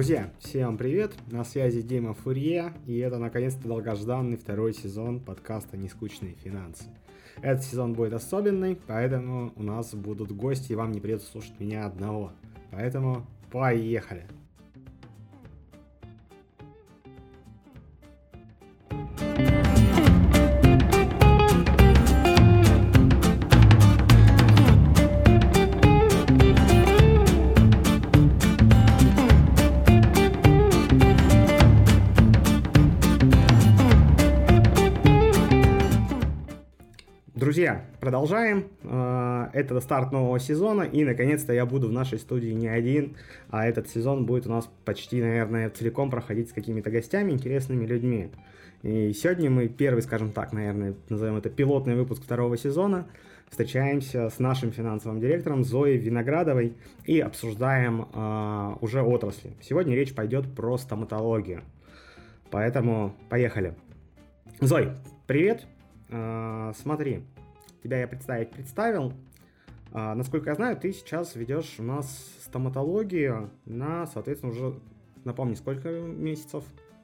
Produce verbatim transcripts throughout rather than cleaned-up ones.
Друзья, всем привет! На связи Дима Фурье, и это наконец-то долгожданный второй сезон подкаста «Нескучные финансы». Этот сезон будет особенный, поэтому у нас будут гости, и вам не придется слушать меня одного. Поэтому поехали! Друзья, продолжаем. Это старт нового сезона, и наконец-то я буду в нашей студии не один, а этот сезон будет у нас почти, наверное, целиком проходить с какими-то гостями, интересными людьми. И сегодня мы первый, скажем так, наверное, назовем это пилотный выпуск второго сезона, встречаемся с нашим финансовым директором Зоей Виноградовой и обсуждаем э, уже отрасли. Сегодня речь пойдет про стоматологию, поэтому поехали. Зой, привет! Uh, смотри, тебя я представить представил. Uh, насколько я знаю, ты сейчас ведешь у нас стоматологию на, соответственно, уже, напомни, сколько месяцев?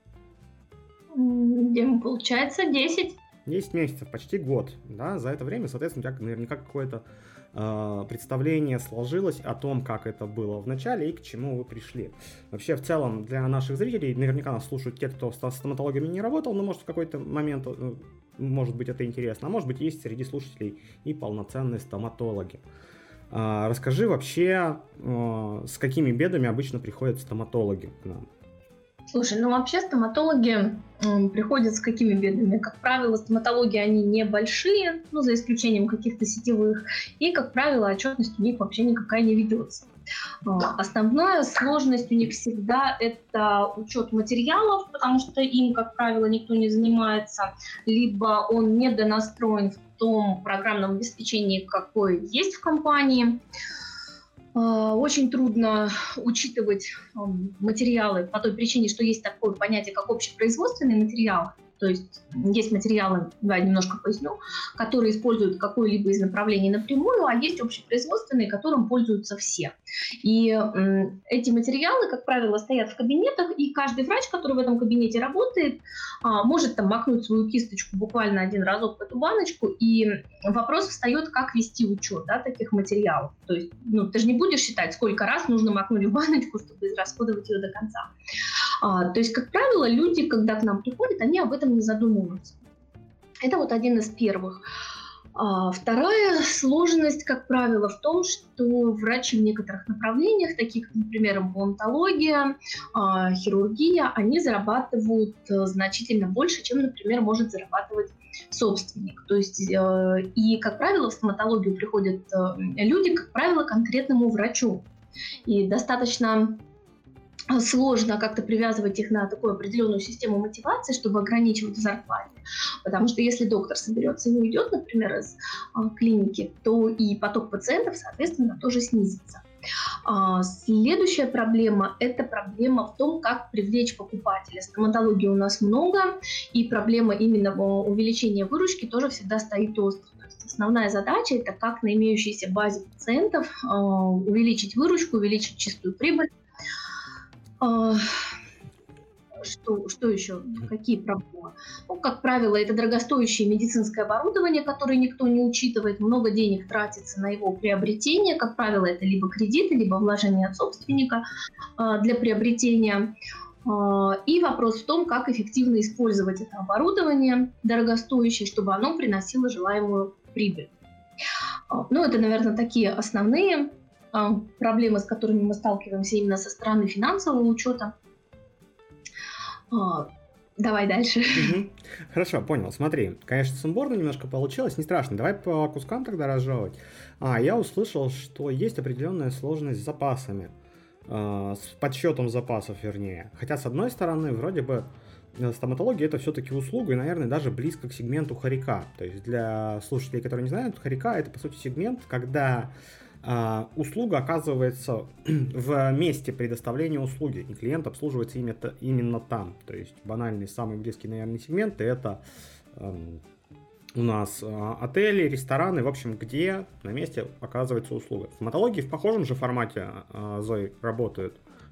Дима, получается десять. десять месяцев, почти год, да, за это время, соответственно, у тебя наверняка какое-то э, представление сложилось о том, как это было в начале и к чему вы пришли. Вообще, в целом, для наших зрителей, наверняка нас слушают те, кто с стоматологами не работал, но, может, в какой-то момент, э, может быть, это интересно, а может быть, есть среди слушателей и полноценные стоматологи. Э, расскажи вообще, э, с какими бедами обычно приходят стоматологи к нам? Слушай, ну вообще стоматологи м, приходят с какими бедами? Как правило, стоматологи, они небольшие, ну, за исключением каких-то сетевых, и, как правило, отчетность у них вообще никакая не ведется. А, основная сложность у них всегда это учет материалов, потому что им, как правило, никто не занимается, либо он недонастроен в том программном обеспечении, какое есть в компании. Очень трудно учитывать материалы по той причине, что есть такое понятие, как общепроизводственные материалы. То есть есть материалы, да, немножко поясню, которые используют какое-либо из направлений напрямую, а есть общепроизводственные, которым пользуются все. И м, эти материалы, как правило, стоят в кабинетах, и каждый врач, который в этом кабинете работает, а, может там макнуть свою кисточку буквально один разок в эту баночку, и вопрос встает, как вести учет, да, таких материалов. То есть ну, ты же не будешь считать, сколько раз нужно макнуть в баночку, чтобы израсходовать ее до конца. А, то есть, как правило, люди, когда к нам приходят, они об этом не задумываются. Это вот один из первых. А, вторая сложность, как правило, в том, что врачи в некоторых направлениях, таких, например, имплантология, а, хирургия, они зарабатывают а, значительно больше, чем, например, может зарабатывать собственник. То есть, а, и, как правило, в стоматологию приходят а, люди, как правило, к конкретному врачу. И достаточно сложно как-то привязывать их на такую определенную систему мотивации, чтобы ограничивать в зарплате. Потому что если доктор соберется и уйдет, например, из а, клиники, то и поток пациентов, соответственно, тоже снизится. А, следующая проблема – это проблема в том, как привлечь покупателя. Стоматологии у нас много, и проблема именно увеличения выручки тоже всегда стоит остро. Основная задача – это как на имеющейся базе пациентов а, увеличить выручку, увеличить чистую прибыль. Что, что еще? Какие проблемы? Ну, как правило, это дорогостоящее медицинское оборудование, которое никто не учитывает. Много денег тратится на его приобретение. Как правило, это либо кредиты, либо вложения от собственника э, для приобретения. Э, и вопрос в том, как эффективно использовать это оборудование дорогостоящее, чтобы оно приносило желаемую прибыль. Э, ну, это, наверное, такие основные проблемы, с которыми мы сталкиваемся именно со стороны финансового учета. Давай дальше. Угу. Хорошо, понял. Смотри, конечно, сумбурно немножко получилось, не страшно. Давай по кускам тогда разжевывать. А, я услышал, что есть определенная сложность с запасами, э, с подсчетом запасов, вернее. Хотя, с одной стороны, вроде бы стоматология — это все-таки услуга, и, наверное, даже близко к сегменту хорика. То есть для слушателей, которые не знают, хорика — это, по сути, сегмент, когда Uh, услуга оказывается в месте предоставления услуги, и клиент обслуживается именно, именно там. То есть банальный, самый близкий, наверное, сегмент — это um, у нас uh, отели, рестораны, в общем, где на месте оказывается услуга. Стоматологии в похожем же формате uh, Зой работают.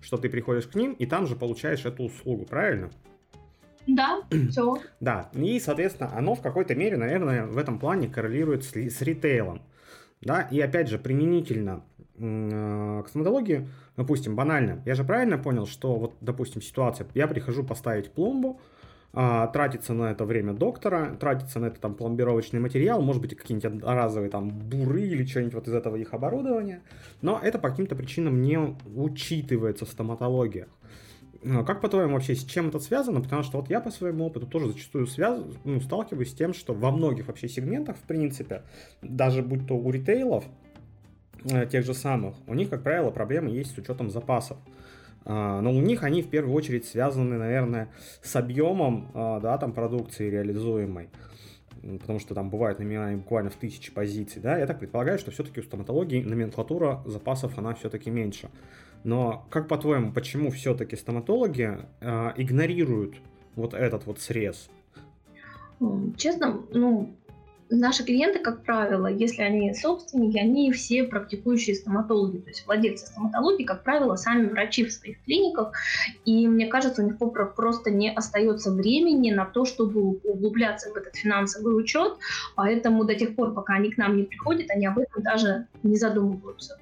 что ты приходишь к ним и там же получаешь эту услугу, правильно? Да, все. Да, и, соответственно, оно в какой-то мере, наверное, в этом плане коррелирует с, с ритейлом. Да, и опять же, применительно э, к стоматологии, допустим, банально, я же правильно понял, что вот, допустим, ситуация, я прихожу поставить пломбу, э, тратится на это время доктора, тратится на это там пломбировочный материал, может быть, какие-нибудь разовые там буры или что-нибудь вот из этого их оборудования, но это по каким-то причинам не учитывается в стоматологии. Как, по-твоему, вообще с чем это связано? Потому что вот я по своему опыту тоже зачастую связ... ну, сталкиваюсь с тем, что во многих вообще сегментах, в принципе, даже будь то у ритейлов, э, тех же самых, у них, как правило, проблемы есть с учетом запасов. Э, но у них они в первую очередь связаны, наверное, с объемом э, да, там, продукции реализуемой. Потому что там бывает номинально буквально в тысячи позиций. Да? Я так предполагаю, что все-таки у стоматологии номенклатура запасов, она все-таки меньше. Но как по-твоему, почему все-таки стоматологи э, игнорируют вот этот вот срез? Честно, ну, наши клиенты, как правило, если они собственники, они все практикующие стоматологи, то есть владельцы стоматологии, как правило, сами врачи в своих клиниках, и мне кажется, у них просто не остается времени на то, чтобы углубляться в этот финансовый учет, поэтому до тех пор, пока они к нам не приходят, они об этом даже не задумываются.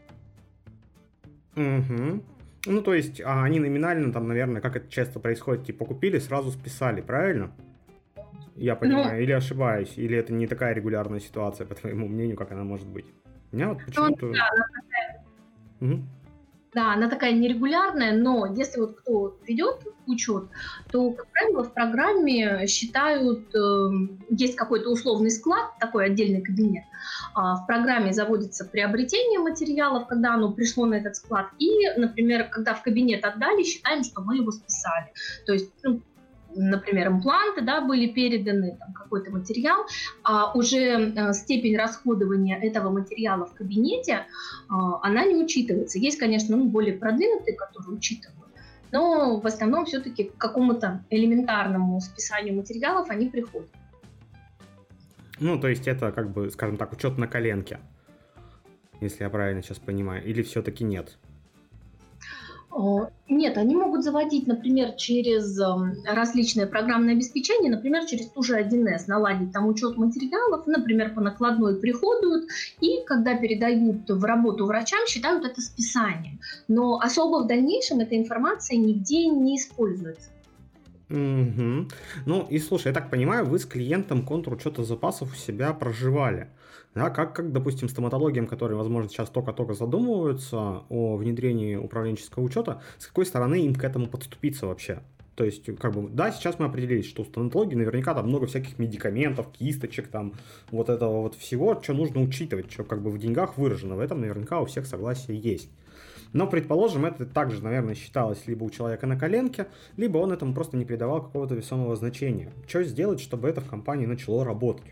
Угу. Ну, то есть, а они номинально там, наверное, как это часто происходит, типа купили, сразу списали, правильно? Я понимаю, ну, или ошибаюсь, или это не такая регулярная ситуация, по твоему мнению, как она может быть? У меня вот почему-то... Ну, да, она такая... Угу. Да, она такая нерегулярная, но если вот кто ведет учет, то, как правило, в программе считают, э, есть какой-то условный склад, такой отдельный кабинет, э, в программе заводится приобретение материалов, когда оно пришло на этот склад, и, например, когда в кабинет отдали, считаем, что мы его списали. То есть, ну, например, импланты, да, были переданы, там, какой-то материал, а уже э, степень расходования этого материала в кабинете, э, она не учитывается. Есть, конечно, ну, более продвинутые, которые учитывают, но в основном все-таки к какому-то элементарному списанию материалов они приходят. Ну, то есть это, как бы, скажем так, учет на коленке, если я правильно сейчас понимаю, или все-таки нет? Нет, они могут заводить, например, через различные программные обеспечения, например, через ту же один эс, наладить там учет материалов, например, по накладной приходуют, и когда передают в работу врачам, считают это списанием. Но особо в дальнейшем эта информация нигде не используется. Угу. Ну и слушай, я так понимаю, вы с клиентом контур учета запасов у себя проживали. Да, как, как, допустим, стоматологиям, которые, возможно, сейчас только-только задумываются о внедрении управленческого учета, с какой стороны им к этому подступиться вообще? То есть, как бы, да, сейчас мы определились, что у стоматологии наверняка там много всяких медикаментов, кисточек, там, вот этого вот всего, что нужно учитывать, что как бы в деньгах выражено, в этом наверняка у всех согласие есть. Но, предположим, это также, наверное, считалось либо у человека на коленке, либо он этому просто не придавал какого-то весомого значения. Что сделать, чтобы это в компании начало работать?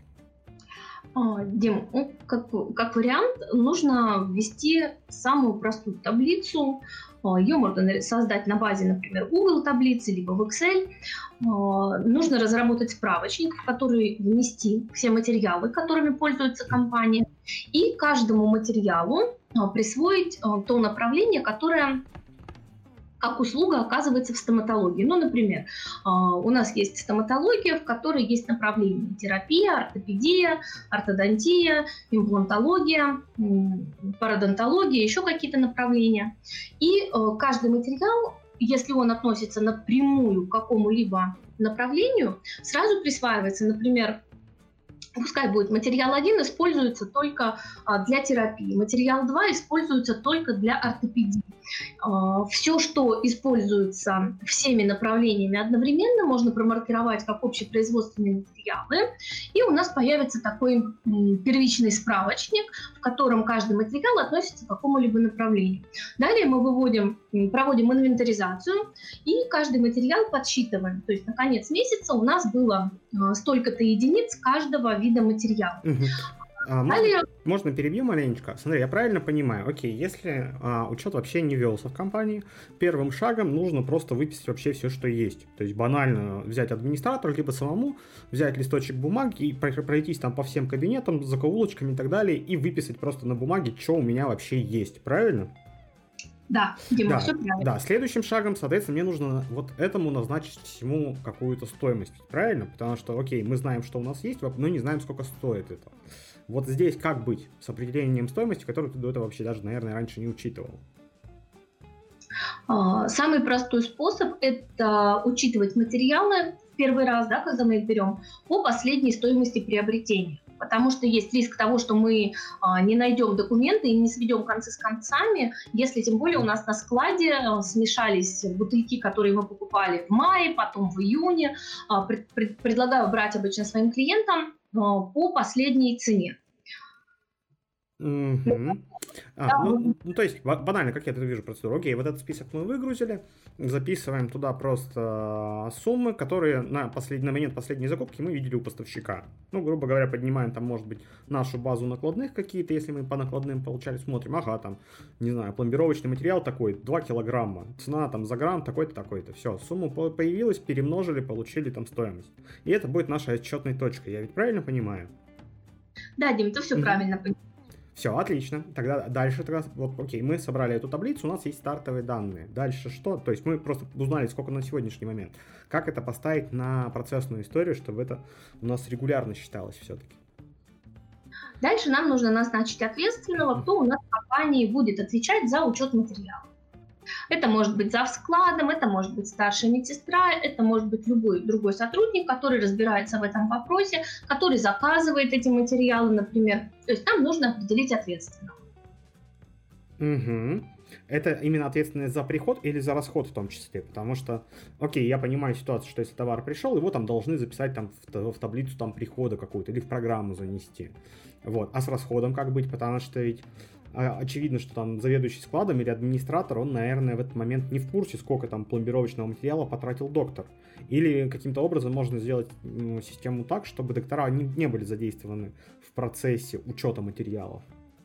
Дим, ну, как, как вариант, нужно ввести самую простую таблицу. Ее можно создать на базе, например, Google таблицы, либо в Excel. Нужно разработать справочник, в который внести все материалы, которыми пользуется компания, и каждому материалу присвоить то направление, которое как услуга оказывается в стоматологии. Ну, например, у нас есть стоматология, в которой есть направления: терапия, ортопедия, ортодонтия, имплантология, пародонтология, еще какие-то направления. И каждый материал, если он относится напрямую к какому-либо направлению, сразу присваивается, например, пускай будет материал один используется только а, для терапии, материал два используется только для ортопедии. А, все, что используется всеми направлениями одновременно, можно промаркировать как общепроизводственные материалы, и у нас появится такой м, первичный справочник, в котором каждый материал относится к какому-либо направлению. Далее мы выводим, проводим инвентаризацию, и каждый материал подсчитываем. То есть на конец месяца у нас было а, столько-то единиц каждого вида материала. Угу. А, можно, можно перебью маленечко? Смотри, я правильно понимаю, окей, если а, учет вообще не велся в компании, первым шагом нужно просто выписать вообще все, что есть. То есть банально взять администратора, либо самому взять листочек бумаги и пройтись там по всем кабинетам, закоулочками и так далее, и выписать просто на бумаге, что у меня вообще есть, правильно? Да, Дима, Да, все правильно. да, следующим шагом, соответственно, мне нужно вот этому назначить всему какую-то стоимость, правильно? Потому что, окей, мы знаем, что у нас есть, но не знаем, сколько стоит это. Вот здесь как быть с определением стоимости, которую ты до этого вообще даже, наверное, раньше не учитывал? Самый простой способ – это учитывать материалы в первый раз, да, когда мы их берем, по последней стоимости приобретения. Потому что есть риск того, что мы а, не найдем документы и не сведем концы с концами, если тем более у нас на складе а, смешались бутыльки, которые мы покупали в мае, потом в июне. А, пред, пред, предлагаю брать обычно своим клиентам а, по последней цене. Mm-hmm. А, ну, ну, то есть, банально, как я это вижу процедуру. Окей, вот этот список мы выгрузили, записываем туда просто суммы, которые на, послед... на момент последней закупки мы видели у поставщика. Ну, грубо говоря, поднимаем там, может быть, нашу базу накладных какие-то, если мы по накладным получали, смотрим, ага, там, не знаю, пломбировочный материал такой, два килограмма, цена там за грамм такой-то, такой-то. Все, сумма появилась, перемножили, получили там стоимость. И это будет нашей отчетной точкой, я ведь правильно понимаю? Да, Дим, ты все mm-hmm. правильно понимаешь. Все, отлично. Тогда дальше, тогда, вот, окей, мы собрали эту таблицу, у нас есть стартовые данные. Дальше что? То есть мы просто узнали, сколько на сегодняшний момент. Как это поставить на процессную историю, чтобы это у нас регулярно считалось все-таки? Дальше нам нужно назначить ответственного, кто у нас в компании будет отвечать за учет материалов. Это может быть зав. Складом, это может быть старшая медсестра, это может быть любой другой сотрудник, который разбирается в этом вопросе, который заказывает эти материалы, например. То есть нам нужно определить ответственного. Угу. Это именно ответственность за приход или за расход в том числе? Потому что, окей, я понимаю ситуацию, что если товар пришел, его там должны записать там в, в таблицу там прихода какую-то или в программу занести. Вот. А с расходом как быть? Потому что ведь очевидно, что там заведующий складом или администратор, он, наверное, в этот момент не в курсе, сколько там пломбировочного материала потратил доктор. Или каким-то образом можно сделать ну, систему так, чтобы доктора не, не были задействованы в процессе учета материалов.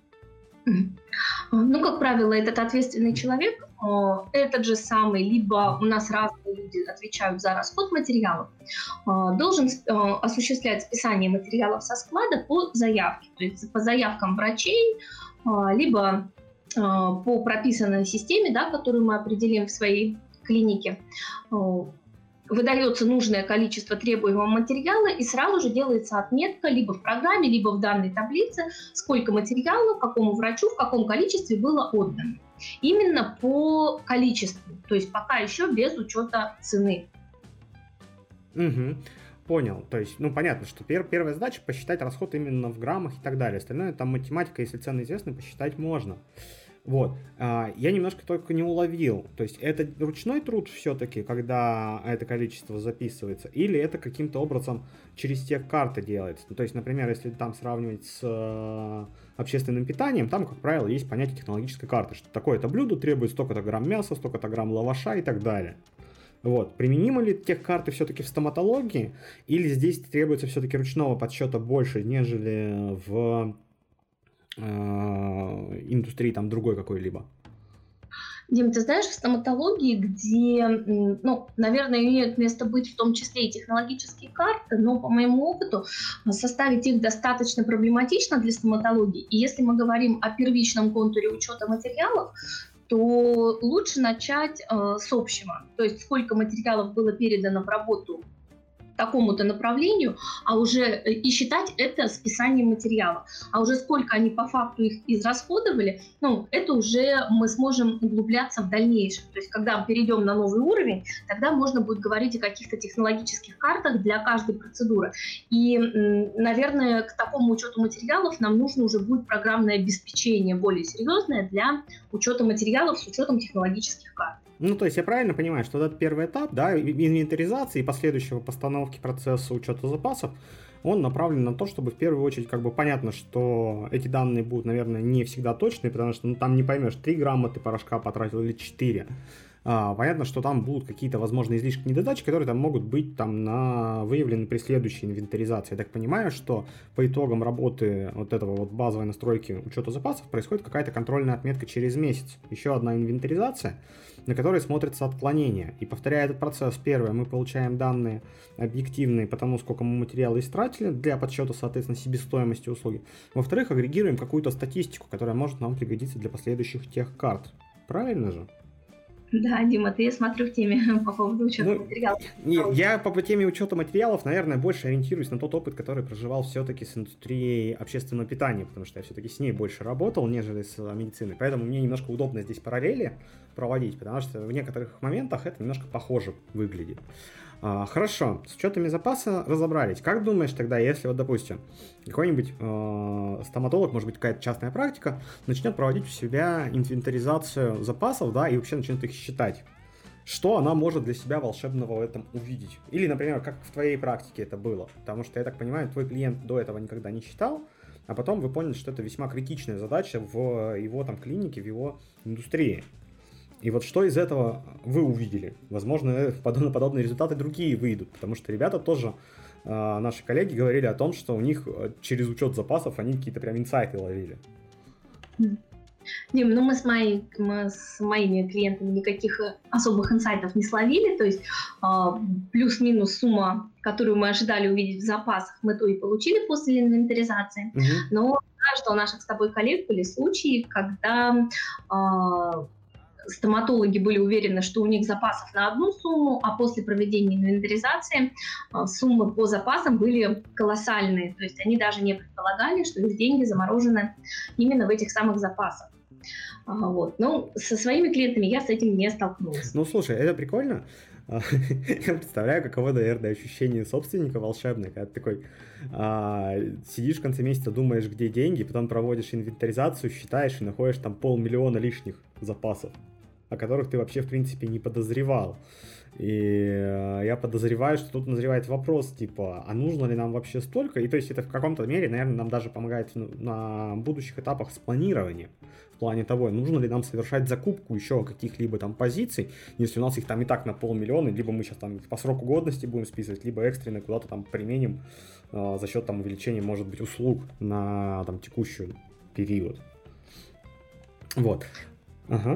Ну, как правило, этот ответственный человек, этот же самый, либо у нас разные люди отвечают за расход материалов, должен осуществлять списание материалов со склада по заявке, то есть по заявкам врачей, либо по прописанной системе, да, которую мы определим в своей клинике. Выдается нужное количество требуемого материала и сразу же делается отметка либо в программе, либо в данной таблице, сколько материала, какому врачу, в каком количестве было отдано. Именно по количеству, то есть пока еще без учета цены. Угу. Понял. То есть, ну, понятно, что пер- первая задача — посчитать расход именно в граммах и так далее. Остальное там математика, если цены известны, посчитать можно. Вот. А, я немножко только не уловил. То есть это ручной труд все-таки, когда это количество записывается, или это каким-то образом через техкарты делается? Ну, то есть, например, если там сравнивать с э, общественным питанием, там, как правило, есть понятие технологической карты, что такое-то блюдо требует столько-то грамм мяса, столько-то грамм лаваша и так далее. Вот. Применимы ли техкарты все-таки в стоматологии, или здесь требуется все-таки ручного подсчета больше, нежели в индустрии там другой какой-либо? Дим, ты знаешь, в стоматологии, где, ну, наверное, имеют место быть в том числе и технологические карты, но по моему опыту составить их достаточно проблематично для стоматологии. И если мы говорим о первичном контуре учета материалов, то лучше начать э, с общего. То есть сколько материалов было передано в работу такому-то направлению, а уже и считать это списанием материала. А уже сколько они по факту их израсходовали, ну, это уже мы сможем углубляться в дальнейшем. То есть, когда мы перейдем на новый уровень, тогда можно будет говорить о каких-то технологических картах для каждой процедуры. И, наверное, к такому учету материалов нам нужно уже будет программное обеспечение более серьезное для учета материалов с учетом технологических карт. Ну, то есть я правильно понимаю, что этот первый этап, да, инвентаризации и последующего постановки процесса учета запасов, он направлен на то, чтобы в первую очередь, как бы понятно, что эти данные будут, наверное, не всегда точные, потому что ну, там не поймешь, три грамма ты порошка потратил или четыре. А, понятно, что там будут какие-то, возможно, излишки, недостачи, которые там могут быть там на выявлены при следующей инвентаризации. Я так понимаю, что по итогам работы вот этого вот базовой настройки учета запасов происходит какая-то контрольная отметка через месяц. Еще одна инвентаризация, на которой смотрятся отклонения. И повторяя этот процесс, первое, мы получаем данные объективные по тому, сколько мы материала истратили для подсчета, соответственно, себестоимости услуги. Во-вторых, агрегируем какую-то статистику, которая может нам пригодиться для последующих техкарт. Правильно же? Да, Дима, ты, я смотрю, в теме по поводу учета Ну, материалов. не, я по теме учета материалов, наверное, больше ориентируюсь на тот опыт, который проживал все-таки с индустрией общественного питания, потому что я все-таки с ней больше работал, нежели с медициной. Поэтому мне немножко удобно здесь параллели проводить, потому что в некоторых моментах это немножко похоже выглядит. А, хорошо, с учетами запаса разобрались. Как думаешь тогда, если вот, допустим, какой-нибудь э, стоматолог, может быть, какая-то частная практика, начнет проводить у себя инвентаризацию запасов, да, и вообще начнет их считать? Что она может для себя волшебного в этом увидеть? Или, например, как в твоей практике это было? Потому что, я так понимаю, твой клиент до этого никогда не считал, а потом вы поняли, что это весьма критичная задача в его там клинике, в его индустрии. И вот что из этого вы увидели? Возможно, подобные результаты другие выйдут, потому что ребята тоже, э, наши коллеги, говорили о том, что у них через учет запасов они какие-то прям инсайты ловили. Дим, ну мы с, моей, мы с моими клиентами никаких особых инсайтов не словили, то есть э, плюс-минус сумма, которую мы ожидали увидеть в запасах, мы то и получили после инвентаризации, угу. Но знаю, что у наших с тобой коллег были случаи, когда э, стоматологи были уверены, что у них запасов на одну сумму, а после проведения инвентаризации э, суммы по запасам были колоссальные, то есть они даже не предполагали, что их деньги заморожены именно в этих самых запасах. Вот. Ну, со своими клиентами я с этим не столкнулась. Ну, слушай, это прикольно. Я представляю, каково, наверное, ощущение собственника волшебное, когда ты такой а, сидишь в конце месяца, думаешь, где деньги, потом проводишь инвентаризацию, считаешь и находишь там полмиллиона лишних запасов, о которых ты вообще, в принципе, не подозревал. И э, я подозреваю, что тут назревает вопрос, типа, а нужно ли нам вообще столько? И то есть это в каком-то мере, наверное, нам даже помогает на будущих этапах с планированием. В плане того, нужно ли нам совершать закупку еще каких-либо там позиций, если у нас их там и так на полмиллиона, либо мы сейчас там по сроку годности будем списывать, либо экстренно куда-то там применим э, за счет там увеличения, может быть, услуг на там текущий период. Вот. Ага.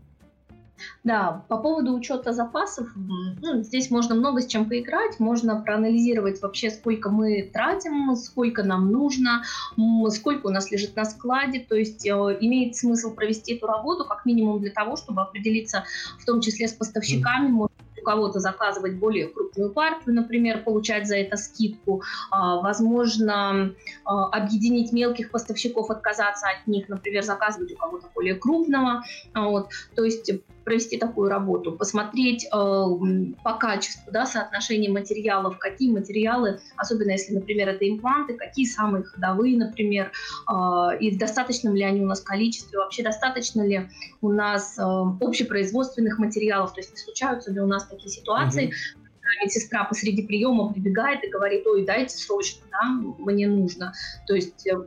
Да, по поводу учета запасов, ну, здесь можно много с чем поиграть, можно проанализировать вообще, сколько мы тратим, сколько нам нужно, сколько у нас лежит на складе, то есть э, имеет смысл провести эту работу как минимум для того, чтобы определиться в том числе с поставщиками, mm. может у кого-то заказывать более крупную партию, например, получать за это скидку, а, возможно, а, объединить мелких поставщиков, отказаться от них, например, заказывать у кого-то более крупного, вот, то есть провести такую работу, посмотреть э, по качеству, да, соотношение материалов, какие материалы, особенно если, например, это импланты, какие самые ходовые, например, э, и в достаточном ли они у нас количестве, вообще достаточно ли у нас э, общепроизводственных материалов, то есть не случаются ли у нас такие ситуации, mm-hmm. когда медсестра посреди приема прибегает и говорит: ой, дайте срочно, да, мне нужно, то есть э,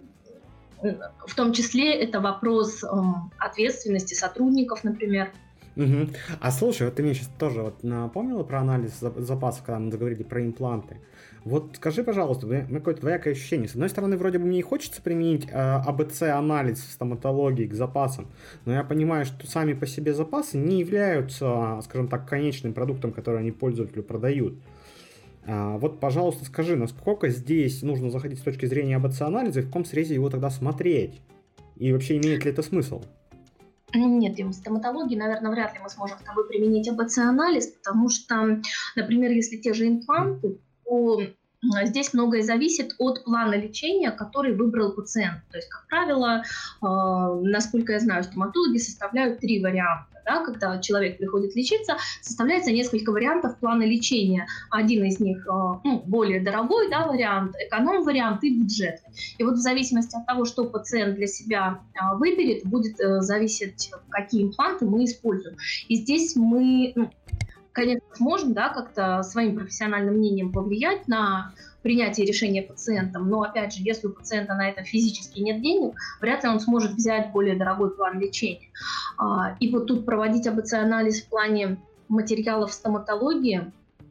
в том числе это вопрос э, ответственности сотрудников, например. Угу. А слушай, вот ты мне сейчас тоже вот напомнила про анализ запасов, когда мы заговорили про импланты. Вот скажи, пожалуйста, у меня какое-то двоякое ощущение. С одной стороны, вроде бы мне и хочется применить э, АБЦ-анализ в стоматологии к запасам, но я понимаю, что сами по себе запасы не являются, скажем так, конечным продуктом, который они пользователю продают. А, вот, пожалуйста, скажи, насколько здесь нужно заходить с точки зрения АБЦ-анализа и в каком срезе его тогда смотреть? И вообще имеет ли это смысл? Нет, в стоматологии, наверное, вряд ли мы сможем с тобой применить АБЦ-анализ, потому что, например, если те же импланты, то здесь многое зависит от плана лечения, который выбрал пациент. То есть, как правило, насколько я знаю, стоматологи составляют три варианта. Да, когда человек приходит лечиться, составляется несколько вариантов плана лечения. Один из них ну, более дорогой, да, вариант, эконом-вариант и бюджетный. И вот в зависимости от того, что пациент для себя выберет, будет зависеть, какие импланты мы используем. И здесь мы, конечно, сможем, да, как-то своим профессиональным мнением повлиять на принятие решения пациентом, но, опять же, если у пациента на это физически нет денег, вряд ли он сможет взять более дорогой план лечения. И вот тут проводить АБЦ-анализ в плане материалов стоматологии,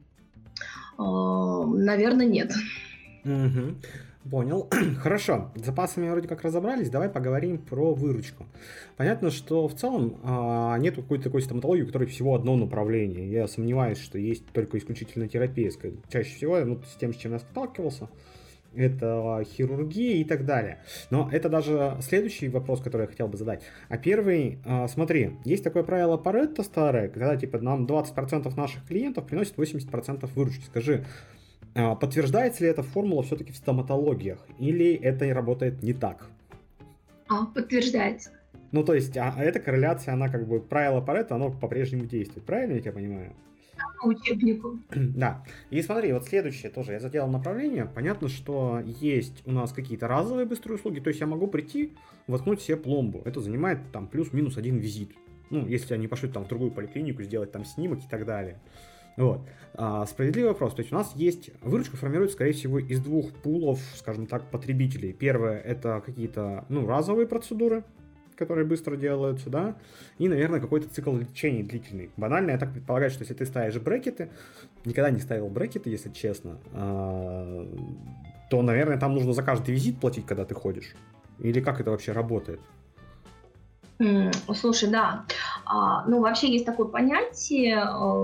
наверное, нет. Угу. Понял. Хорошо, с запасами вроде как разобрались, давай поговорим про выручку. Понятно, что в целом а, нет какой-то такой стоматологии, у которой всего одно направление. Я сомневаюсь, что есть только исключительно терапия. Чаще всего, ну, с тем, с чем я сталкивался, это хирургия и так далее. Но это даже следующий вопрос, который я хотел бы задать. А первый, смотри, есть такое правило Паретто старое, когда типа нам двадцать процентов наших клиентов приносит восемьдесят процентов выручки. Скажи, подтверждается ли эта формула все-таки в стоматологиях, или это работает не так? А, подтверждается. Ну, то есть, а эта корреляция, она как бы, правило Паретто, оно по-прежнему действует, правильно я тебя понимаю? По учебнику. Да. И смотри, вот следующее тоже. Я заделал направление. Понятно, что есть у нас какие-то разовые быстрые услуги. То есть я могу прийти, воткнуть себе пломбу. Это занимает там плюс-минус один визит. Ну, если они пошлют там в другую поликлинику, сделать там снимок и так далее. Вот. А, справедливый вопрос. То есть у нас есть... Выручка формируется, скорее всего, из двух пулов, скажем так, потребителей. Первое — это какие-то, ну, разовые процедуры, которые быстро делаются, да, и, наверное, какой-то цикл лечения длительный. Банально, я так предполагаю, что если ты ставишь брекеты, никогда не ставил брекеты, если честно, то, наверное, там нужно за каждый визит платить, когда ты ходишь. Или как это вообще работает? Mm, слушай, да. А, ну, вообще есть такое понятие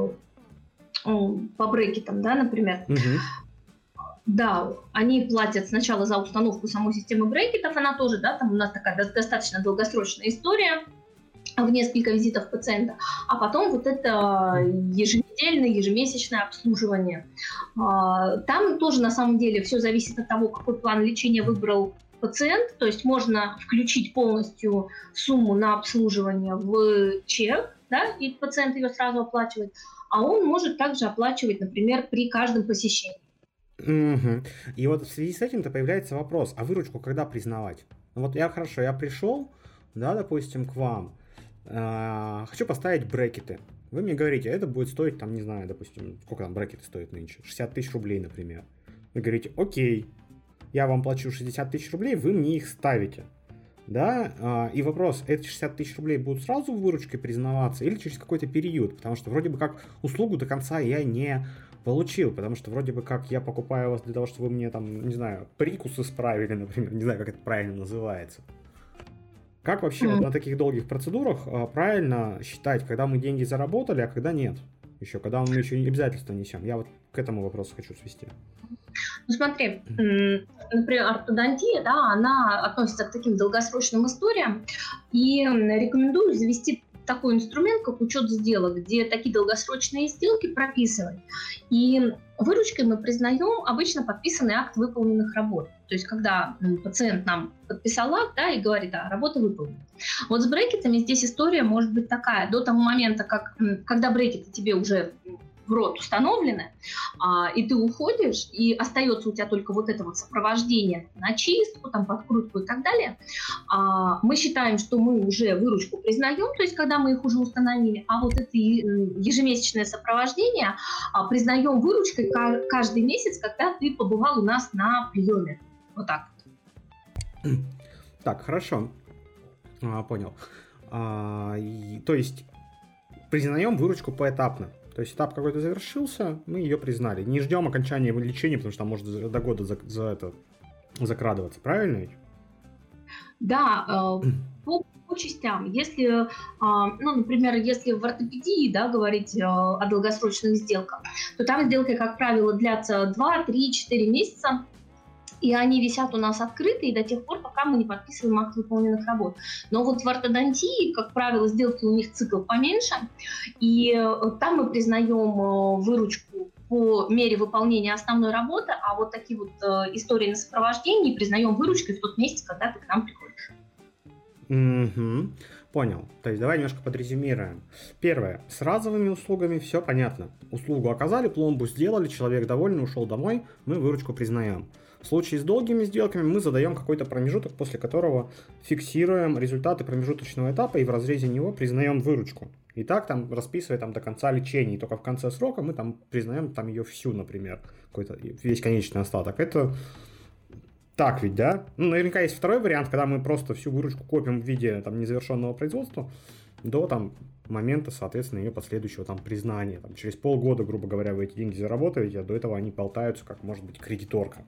э, по брекетам, да, например. Uh-huh. Да, они платят сначала за установку самой системы брекетов, она тоже, да, там у нас такая достаточно долгосрочная история, в несколько визитов пациента, а потом вот это еженедельное, ежемесячное обслуживание. Там тоже на самом деле все зависит от того, какой план лечения выбрал пациент, то есть можно включить полностью сумму на обслуживание в чек, да, и пациент ее сразу оплачивает, а он может также оплачивать, например, при каждом посещении. Угу. И вот в связи с этим-то появляется вопрос, а выручку когда признавать? Ну вот я хорошо, я пришел, да, допустим, к вам, э, хочу поставить брекеты. Вы мне говорите, это будет стоить, там, не знаю, допустим, сколько там брекеты стоят нынче? шестьдесят тысяч рублей, например. Вы говорите, окей, я вам плачу шестьдесят тысяч рублей, вы мне их ставите. Да, и вопрос, эти шестьдесят тысяч рублей будут сразу выручкой признаваться или через какой-то период? Потому что вроде бы как услугу до конца я не получил, потому что вроде бы как я покупаю вас для того, чтобы вы мне там, не знаю, прикус исправили, например, не знаю, как это правильно называется. Как вообще mm-hmm. вот на таких долгих процедурах а, правильно считать, когда мы деньги заработали, а когда нет? Еще, когда мы еще обязательства несем? Я вот к этому вопросу хочу свести. Ну смотри, например, ортодонтия, да, она относится к таким долгосрочным историям, и рекомендую завести такой инструмент, как учет сделок, где такие долгосрочные сделки прописаны. И выручкой мы признаем обычно подписанный акт выполненных работ. То есть, когда пациент нам подписал акт, да, и говорит, да, работа выполнена. Вот с брекетами здесь история может быть такая. До того момента, как, когда брекеты тебе уже в рот установлены, а, и ты уходишь, и остается у тебя только вот это вот сопровождение на чистку, там, подкрутку и так далее, а, мы считаем, что мы уже выручку признаем, то есть когда мы их уже установили, а вот это ежемесячное сопровождение а, признаем выручкой каждый месяц, когда ты побывал у нас на приеме. Вот так. Так, хорошо. А, понял. А, и, то есть признаем выручку поэтапно. То есть этап какой-то завершился, мы ее признали. Не ждем окончания лечения, потому что там может до года за, за это закрадываться. Правильно ведь? Да, э, по, по частям. Если, э, ну, например, если в ортопедии, да, говорить э, о долгосрочных сделках, то там сделки, как правило, длятся два, три, четыре месяца. И они висят у нас открытые до тех пор, пока мы не подписываем акт выполненных работ. Но вот в ортодонтии, как правило, сделки у них цикл поменьше, и там мы признаем выручку по мере выполнения основной работы, а вот такие вот истории на сопровождении признаем выручкой в тот месяц, когда ты к нам приходишь. Mm-hmm. Понял. То есть давай немножко подрезюмируем. Первое. С разовыми услугами все понятно. Услугу оказали, пломбу сделали, человек доволен, ушел домой, мы выручку признаем. В случае с долгими сделками мы задаем какой-то промежуток, после которого фиксируем результаты промежуточного этапа и в разрезе него признаем выручку. И так там расписывая там до конца лечения. И только в конце срока мы там признаем там ее всю, например, какой-то весь конечный остаток. Это так ведь, да? Ну, наверняка есть второй вариант, когда мы просто всю выручку копим в виде там незавершенного производства до там момента, соответственно, ее последующего там признания. Там, через полгода, грубо говоря, вы эти деньги заработаете, а до этого они болтаются, как, может быть, кредиторка.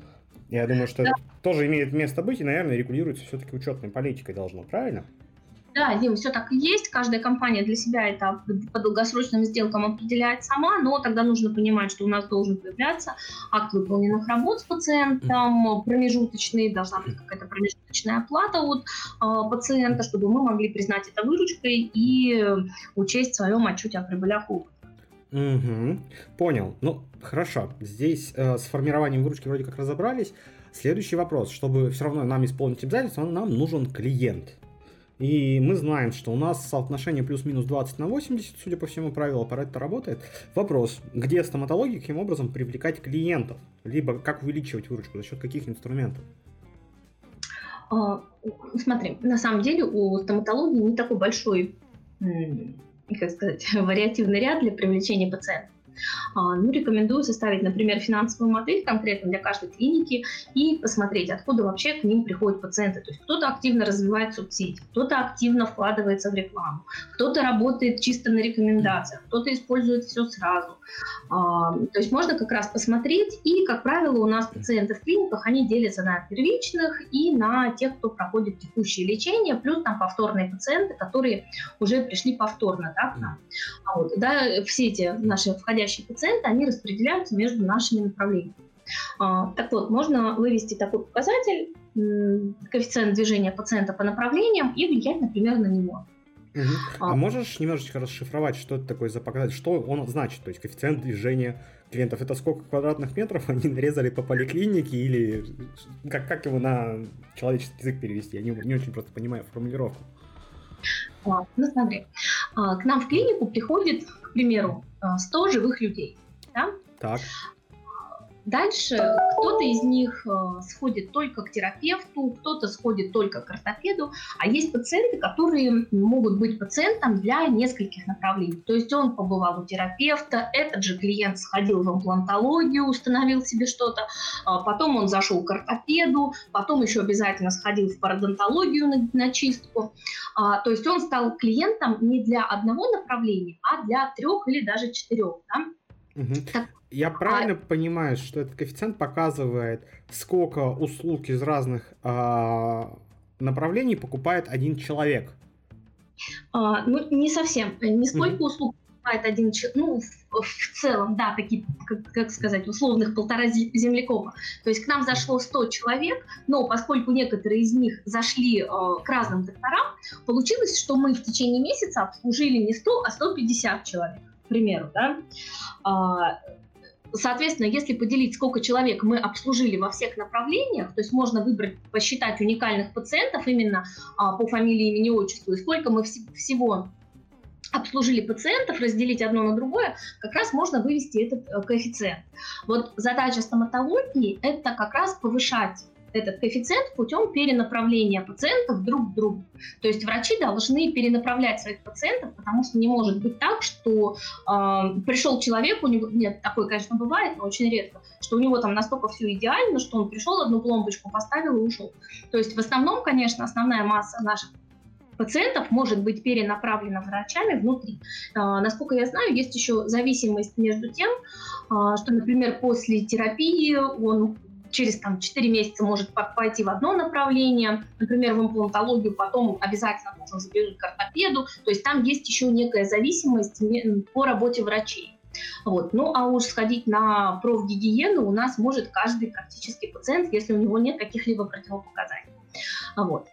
Я думаю, что да. это тоже имеет место быть и, наверное, регулируется все-таки учетной политикой должно, правильно? Да, Дим, все так и есть. Каждая компания для себя это по долгосрочным сделкам определяет сама, но тогда нужно понимать, что у нас должен появляться акт выполненных работ с пациентом, промежуточный, должна быть какая-то промежуточная оплата от э, пациента, чтобы мы могли признать это выручкой и учесть в своем отчете о прибылях и убытках. Угу, понял. Ну, хорошо. Здесь э, с формированием выручки вроде как разобрались. Следующий вопрос. Чтобы все равно нам исполнить обязательства, нам нужен клиент. И мы знаем, что у нас соотношение плюс-минус двадцать на восемьдесят, судя по всему, правило Паретто работает. Вопрос, где стоматологии, каким образом привлекать клиентов? Либо как увеличивать выручку, за счет каких инструментов? А, смотри, на самом деле у стоматологии не такой большой, как сказать, вариативный ряд для привлечения пациентов. Ну, рекомендую составить, например, финансовую модель конкретно для каждой клиники и посмотреть, откуда вообще к ним приходят пациенты. То есть кто-то активно развивает соцсети, кто-то активно вкладывается в рекламу, кто-то работает чисто на рекомендациях, кто-то использует все сразу. То есть можно как раз посмотреть, и, как правило, у нас пациенты в клиниках, они делятся на первичных и на тех, кто проходит текущее лечение, плюс там повторные пациенты, которые уже пришли повторно, да, к нам. А вот, да, все эти наши входящие пациенты, они распределяются между нашими направлениями. А, так вот, можно вывести такой показатель, м, коэффициент движения пациента по направлениям, и влиять, например, на него. Угу. А, а можешь немножечко расшифровать, что это такое за показатель, что он значит, то есть коэффициент движения клиентов, это сколько квадратных метров они нарезали по поликлинике, или как, как его на человеческий язык перевести? Я не, не очень просто понимаю формулировку. А, ну смотри, а, к нам в клинику приходит, к примеру, сто живых людей. Да? Так. Дальше кто-то из них э, сходит только к терапевту, кто-то сходит только к ортопеду, а есть пациенты, которые могут быть пациентом для нескольких направлений. То есть он побывал у терапевта, этот же клиент сходил в имплантологию, установил себе что-то, а потом он зашел к ортопеду, потом еще обязательно сходил в пародонтологию на, на чистку. А, то есть он стал клиентом не для одного направления, а для трех или даже четырех. Да? Угу. Так, я правильно а... понимаю, что этот коэффициент показывает, сколько услуг из разных а, направлений покупает один человек? А, ну, не совсем. Не сколько угу. услуг покупает один человек, ну, в, в целом, да, такие, как, как сказать, условных полтора землекопа. То есть к нам зашло сто человек, но поскольку некоторые из них зашли э, к разным докторам, получилось, что мы в течение месяца обслужили не сто, а сто пятьдесят человек. К примеру, да. Соответственно, если поделить, сколько человек мы обслужили во всех направлениях, то есть можно выбрать, посчитать уникальных пациентов именно по фамилии, имени, отчеству, и сколько мы всего обслужили пациентов, разделить одно на другое, как раз можно вывести этот коэффициент. Вот задача стоматологии – это как раз повышать этот коэффициент путем перенаправления пациентов друг к другу. То есть врачи должны перенаправлять своих пациентов, потому что не может быть так, что э, пришел человек, у него, нет, такое, конечно, бывает, но очень редко, что у него там настолько все идеально, что он пришел, одну пломбочку поставил и ушел. То есть в основном, конечно, основная масса наших пациентов может быть перенаправлена врачами внутри. А, насколько я знаю, есть еще зависимость между тем, а, что, например, после терапии он через там, четыре месяца может пойти в одно направление, например, в имплантологию, потом обязательно нужно забежать к ортопеду. То есть там есть еще некая зависимость по работе врачей. Вот. Ну а уж сходить на профгигиену у нас может каждый практически пациент, если у него нет каких-либо противопоказаний. Вот.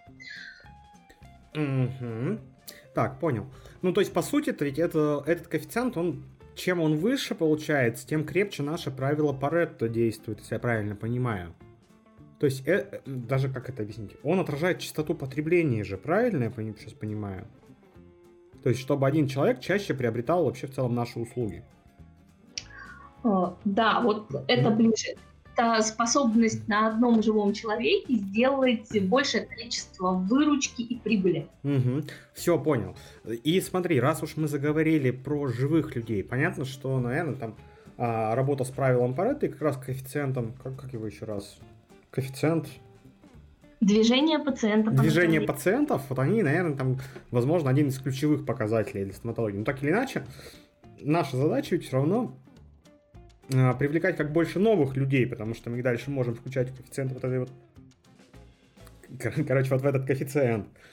Угу. Так, понял. Ну то есть по сути-то ведь это, этот коэффициент, он... Чем он выше получается, тем крепче наше правило Паретто действует, если я правильно понимаю. То есть, э, даже как это объяснить? Он отражает частоту потребления же, правильно я сейчас понимаю? То есть, чтобы один человек чаще приобретал вообще в целом наши услуги. О, да, вот это ближе. Это способность на одном живом человеке сделать большее количество выручки и прибыли. Угу. Все, понял. И смотри, раз уж мы заговорили про живых людей, понятно, что, наверное, там а, работа с правилом Паретто и как раз коэффициентом, как, как его еще раз? Коэффициент... Движение пациентов. Движение пациентов, вот они, наверное, там, возможно, один из ключевых показателей для стоматологии. Но так или иначе, наша задача ведь все равно привлекать как больше новых людей, потому что мы дальше можем включать коэффициент вот этой вот, короче, вот в этот коэффициент.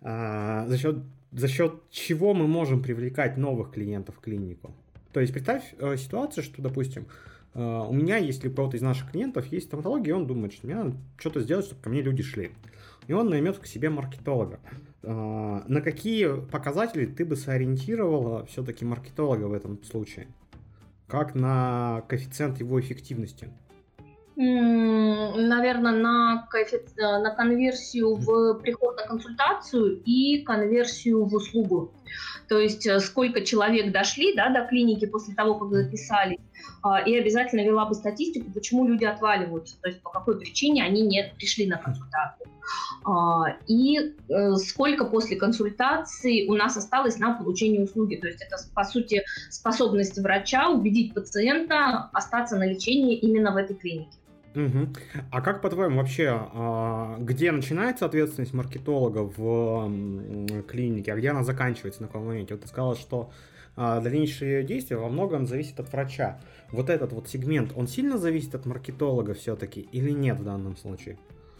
а, за счет, за счет чего мы можем привлекать новых клиентов в клинику. То есть представь э, ситуацию, что, допустим, э, у меня, если у кого-то из наших клиентов есть стоматология, и он думает, что мне надо что-то сделать, чтобы ко мне люди шли. И он наймет к себе маркетолога. Э, на какие показатели ты бы сориентировала все-таки маркетолога в этом случае? Как на коэффициент его эффективности? Наверное, на, коэффи... на конверсию в приход на консультацию и конверсию в услугу. То есть сколько человек дошли, да, до клиники после того, как записались, и обязательно вела бы статистику, почему люди отваливаются, то есть по какой причине они не пришли на консультацию. И сколько после консультации у нас осталось на получение услуги. То есть это, по сути, способность врача убедить пациента остаться на лечении именно в этой клинике. Угу. А как, по-твоему, вообще, где начинается ответственность маркетолога в клинике, а где она заканчивается на каком моменте? Вот ты сказала, что дальнейшие действия во многом зависят от врача. Вот этот вот сегмент, он сильно зависит от маркетолога все-таки или нет в данном случае?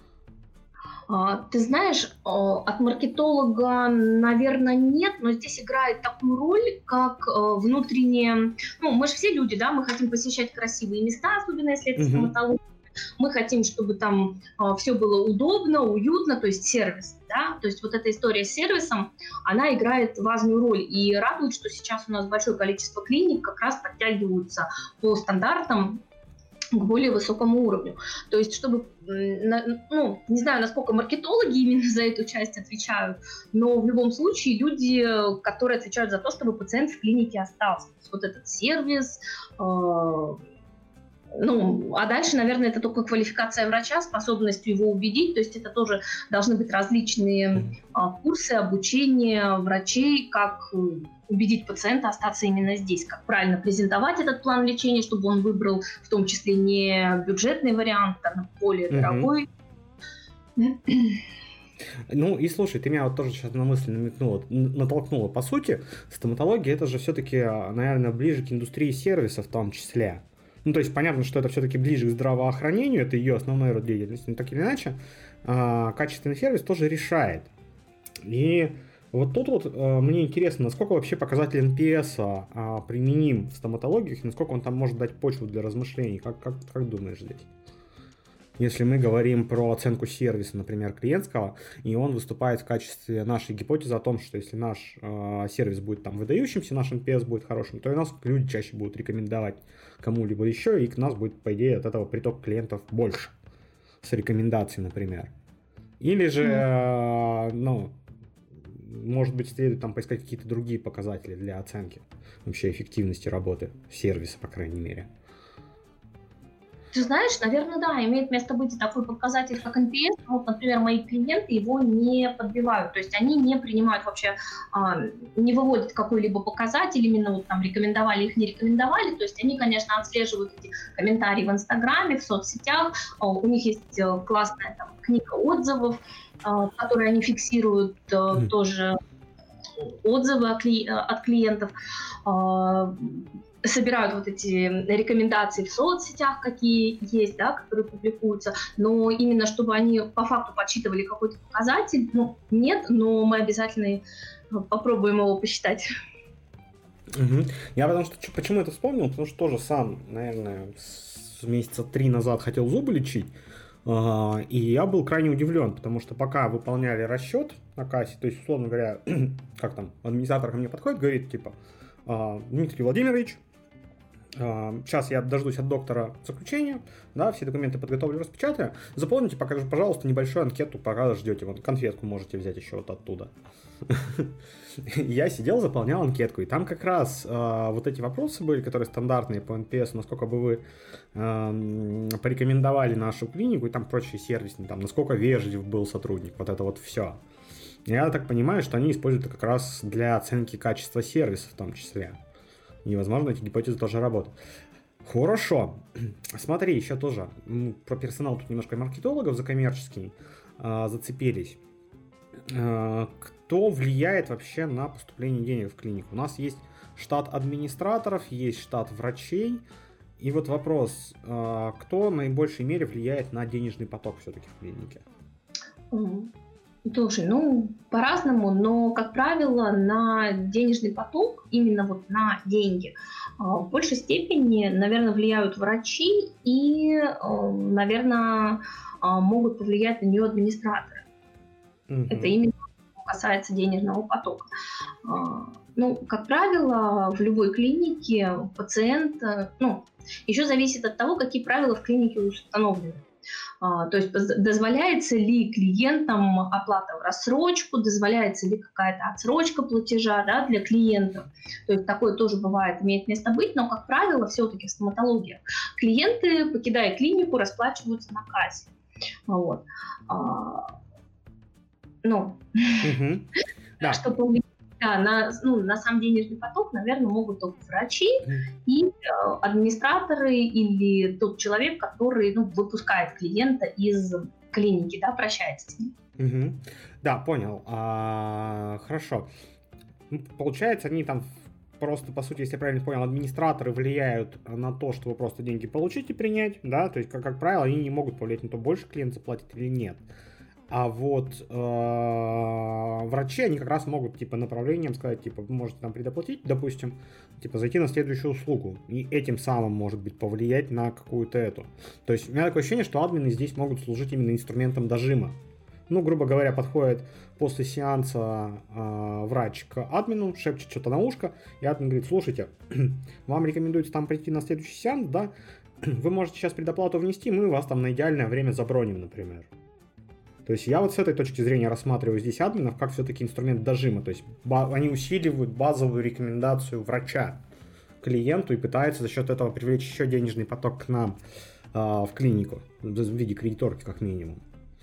Ты знаешь, от маркетолога, наверное, нет, но здесь играет такую роль, как внутреннее... Ну, мы же все люди, да, мы хотим посещать красивые места, особенно если это стоматология. Мы хотим, чтобы там э, все было удобно, уютно, то есть сервис, да, то есть вот эта история с сервисом, она играет важную роль и радует, что сейчас у нас большое количество клиник как раз подтягиваются по стандартам к более высокому уровню. То есть, чтобы, ну, не знаю, насколько маркетологи именно за эту часть отвечают, но в любом случае люди, которые отвечают за то, чтобы пациент в клинике остался. То есть вот этот сервис, э, Ну, а дальше, наверное, это только квалификация врача, способность его убедить. То есть это тоже должны быть различные а, курсы обучения врачей, как убедить пациента остаться именно здесь, как правильно презентовать этот план лечения, чтобы он выбрал в том числе не бюджетный вариант, а более mm-hmm. дорогой. Ну и слушай, ты меня вот тоже сейчас на мысль намекнула, натолкнула. По сути, стоматология это же все-таки, наверное, ближе к индустрии сервиса в том числе. Ну, то есть понятно, что это все-таки ближе к здравоохранению, это ее основной род деятельности, но так или иначе, э, качественный сервис тоже решает. И вот тут вот э, мне интересно, насколько вообще показатель эн пи эс э, применим в стоматологии, насколько он там может дать почву для размышлений, как, как, как думаешь здесь? Если мы говорим про оценку сервиса, например, клиентского, и он выступает в качестве нашей гипотезы о том, что если наш э, сервис будет там выдающимся, наш эн пи эс будет хорошим, то и нас люди чаще будут рекомендовать кому-либо еще, и к нас будет, по идее, от этого приток клиентов больше с рекомендацией, например. Или же, э, ну, может быть, следует там поискать какие-то другие показатели для оценки вообще эффективности работы сервиса, по крайней мере. Ты знаешь, наверное, да, имеет место быть и такой показатель, как эн пи эс. Вот, например, мои клиенты его не подбивают, то есть они не принимают вообще, а, не выводят какой-либо показатель, именно вот там рекомендовали их, не рекомендовали, то есть они, конечно, отслеживают эти комментарии в Инстаграме, в соцсетях, а, у них есть классная там книга отзывов, а, в которой они фиксируют а, mm. тоже отзывы от, кли- от клиентов, а, собирают вот эти рекомендации в соцсетях, какие есть, да, которые публикуются, но именно чтобы они по факту подсчитывали какой-то показатель, ну, нет, но мы обязательно попробуем его посчитать. Угу. Я потому что, почему это вспомнил, потому что тоже сам, наверное, с месяца три назад хотел зубы лечить, и я был крайне удивлен, потому что пока выполняли расчет на кассе, то есть, условно говоря, как там, администратор ко мне подходит, говорит, типа, Дмитрий Владимирович, сейчас я дождусь от доктора заключения, да, все документы подготовлю, распечатаю. Заполните, пока, пожалуйста, небольшую анкету, пока ждете. Вот конфетку можете взять еще вот оттуда. Я сидел, заполнял анкетку, и там как раз э, вот эти вопросы были, которые стандартные по эн пи эс, насколько бы вы э, порекомендовали нашу клинику, и там прочие сервисы, там, насколько вежлив был сотрудник, вот это вот все. Я так понимаю, что они используют это как раз для оценки качества сервиса в том числе. И, возможно, эти гипотезы тоже работают. Хорошо. Смотри, еще тоже про персонал тут немножко маркетологов за коммерческий э, зацепились. Э, кто влияет вообще на поступление денег в клинику? У нас есть штат администраторов, есть штат врачей. И вот вопрос, э, кто в наибольшей мере влияет на денежный поток все-таки в клинике? Mm-hmm. Слушай, ну, по-разному, но, как правило, на денежный поток, именно вот на деньги, в большей степени, наверное, влияют врачи и, наверное, могут повлиять на нее администраторы. Mm-hmm. Это именно касается денежного потока. Ну, как правило, в любой клинике пациент, ну, еще зависит от того, какие правила в клинике установлены. То есть дозволяется ли клиентам оплата в рассрочку, дозволяется ли какая-то отсрочка платежа, да, для клиентов. То есть такое тоже бывает, имеет место быть, но, как правило, все-таки в стоматологии клиенты, покидая клинику, расплачиваются на кассе. Вот. Ну, mm-hmm. да. Что повлияет да, на, ну, на сам денежный поток, наверное, могут только врачи mm-hmm. и э, администраторы или тот человек, который ну, выпускает клиента из клиники, да, прощается с ним. Mm-hmm. Да, понял. А, хорошо. Получается, они там просто, по сути, если я правильно понял, администраторы влияют на то, чтобы просто деньги получить и принять, да, то есть, как, как правило, они не могут повлиять на то, больше клиент заплатит или нет. А вот э, врачи, они как раз могут, типа, направлением сказать, типа, вы можете там предоплатить, допустим, типа, зайти на следующую услугу, и этим самым, может быть, повлиять на какую-то эту. То есть, у меня такое ощущение, что админы здесь могут служить именно инструментом дожима. Ну, грубо говоря, подходит после сеанса э, врач к админу, шепчет что-то на ушко, и админ говорит, слушайте, вам рекомендуется там прийти на следующий сеанс, да, вы можете сейчас предоплату внести, мы вас там на идеальное время заброним, например. То есть я вот с этой точки зрения рассматриваю здесь админов как все-таки инструмент дожима. То есть ба- они усиливают базовую рекомендацию врача клиенту и пытаются за счет этого привлечь еще денежный поток к нам э, в клинику, в виде кредиторки как минимум.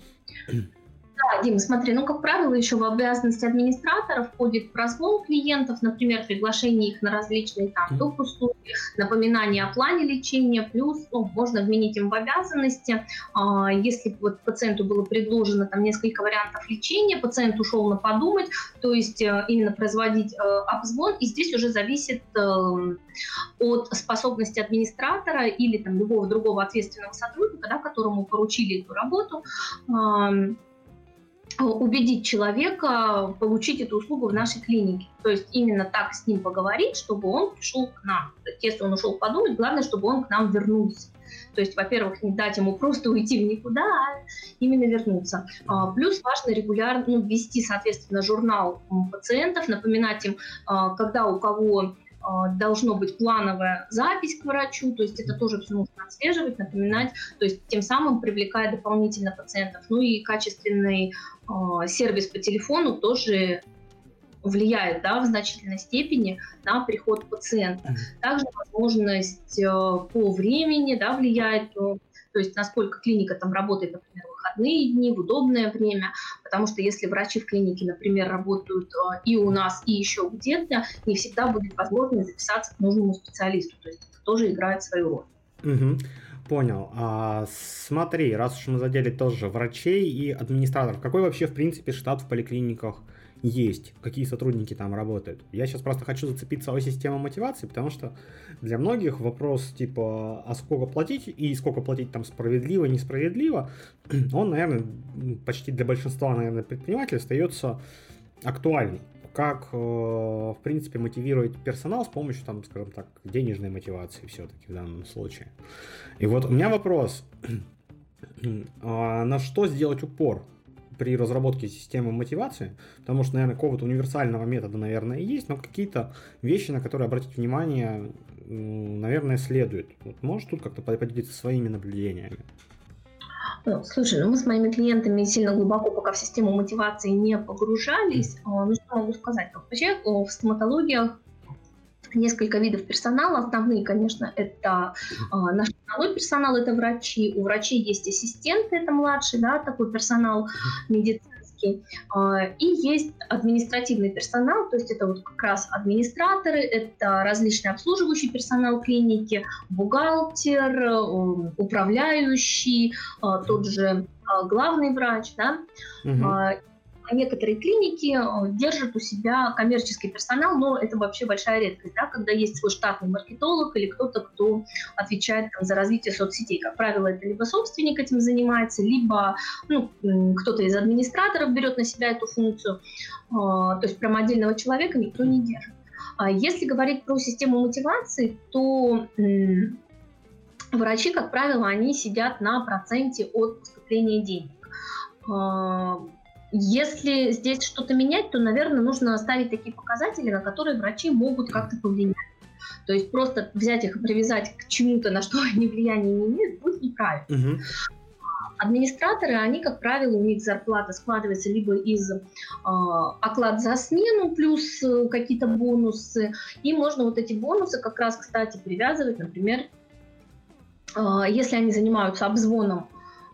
Да, Дим, смотри, ну, как правило, еще в обязанности администратора входит прозвон клиентов, например, приглашение их на различные там доп. Услуги, напоминание о плане лечения, плюс ну, можно вменить им в обязанности, а, если вот пациенту было предложено там несколько вариантов лечения, пациент ушел на подумать, то есть а, именно производить а, обзвон, и здесь уже зависит а, от способности администратора или там любого другого ответственного сотрудника, да, которому поручили эту работу, а, убедить человека получить эту услугу в нашей клинике. То есть именно так с ним поговорить, чтобы он пришел к нам. То есть, если он ушел подумать, главное, чтобы он к нам вернулся. То есть, во-первых, не дать ему просто уйти в никуда, а именно вернуться. А, плюс важно регулярно ну, вести, соответственно, журнал пациентов, напоминать им, а, когда у кого должно быть плановая запись к врачу, то есть это тоже все нужно отслеживать, напоминать, то есть тем самым привлекая дополнительно пациентов. Ну и качественный э, сервис по телефону тоже влияет, да, в значительной степени на приход пациента. Также возможность э, по времени, да, влияет, то, то есть насколько клиника там работает, например, в выходные дни, в удобное время, потому что если врачи в клинике, например, работают э, и у нас, и еще где-то, не всегда будет возможность записаться к нужному специалисту, то есть это тоже играет свою роль. Угу. Понял. А, смотри, раз уж мы задели тоже врачей и администраторов, какой вообще, в принципе, штат в поликлиниках есть, какие сотрудники там работают? Я сейчас просто хочу зацепиться о системе мотивации, потому что для многих вопрос типа, а сколько платить и сколько платить там справедливо, несправедливо, он, наверное, почти для большинства, наверное, предпринимателей остается актуальный. Как, в принципе, мотивировать персонал с помощью, там, скажем так, денежной мотивации все-таки в данном случае. И вот у меня вопрос, на что сделать упор при разработке системы мотивации, потому что, наверное, какого-то универсального метода, наверное, есть, но какие-то вещи, на которые обратить внимание, наверное, следует. Вот можешь тут как-то поделиться своими наблюдениями? Ну, слушай, ну мы с моими клиентами сильно глубоко пока в систему мотивации не погружались. Ну, что могу сказать? Вообще в стоматологии несколько видов персонала. Основные, конечно, это а, наш основной персонал, это врачи. У врачей есть ассистенты, это младший, да, такой персонал медицинский. А, и есть административный персонал, то есть это вот как раз администраторы, это различный обслуживающий персонал клиники, бухгалтер, управляющий, а, тот же а, главный врач, да. Угу. А, некоторые клиники держат у себя коммерческий персонал, но это вообще большая редкость, да, когда есть свой штатный маркетолог или кто-то, кто отвечает там, за развитие соцсетей. Как правило, это либо собственник этим занимается, либо ну, кто-то из администраторов берет на себя эту функцию. То есть прям отдельного человека никто не держит. Если говорить про систему мотивации, то врачи, как правило, они сидят на проценте от поступления денег. Если здесь что-то менять, то, наверное, нужно ставить такие показатели, на которые врачи могут как-то повлиять. То есть просто взять их и привязать к чему-то, на что они влияния не имеют, будет неправильно. Угу. Администраторы, они, как правило, у них зарплата складывается либо из э, оклад за смену плюс э, какие-то бонусы, и можно вот эти бонусы как раз, кстати, привязывать, например, э, если они занимаются обзвоном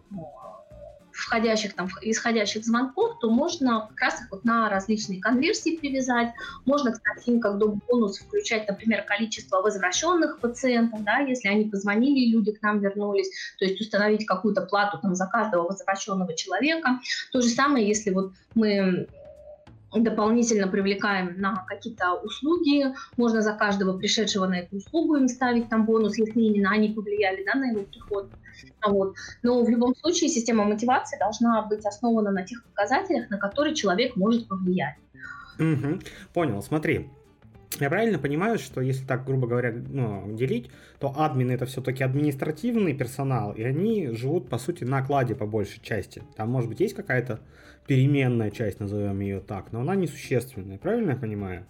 входящих, там, исходящих звонков, то можно как раз их вот на различные конверсии привязать. Можно, кстати, им как бонус включать, например, количество возвращенных пациентов, да, если они позвонили, и люди к нам вернулись, то есть установить какую-то плату там, за каждого возвращенного человека. То же самое, если вот мы дополнительно привлекаем на какие-то услуги, можно за каждого пришедшего на эту услугу им ставить там бонус, если именно они повлияли, да, на его приход. Вот. Но в любом случае система мотивации должна быть основана на тех показателях, на которые человек может повлиять. Угу. Понял, смотри. Я правильно понимаю, что если так, грубо говоря, ну, делить, то админы — это все-таки административный персонал, и они живут, по сути, на окладе по большей части. Там, может быть, есть какая-то переменная часть, назовем ее так, но она несущественная. Правильно я понимаю?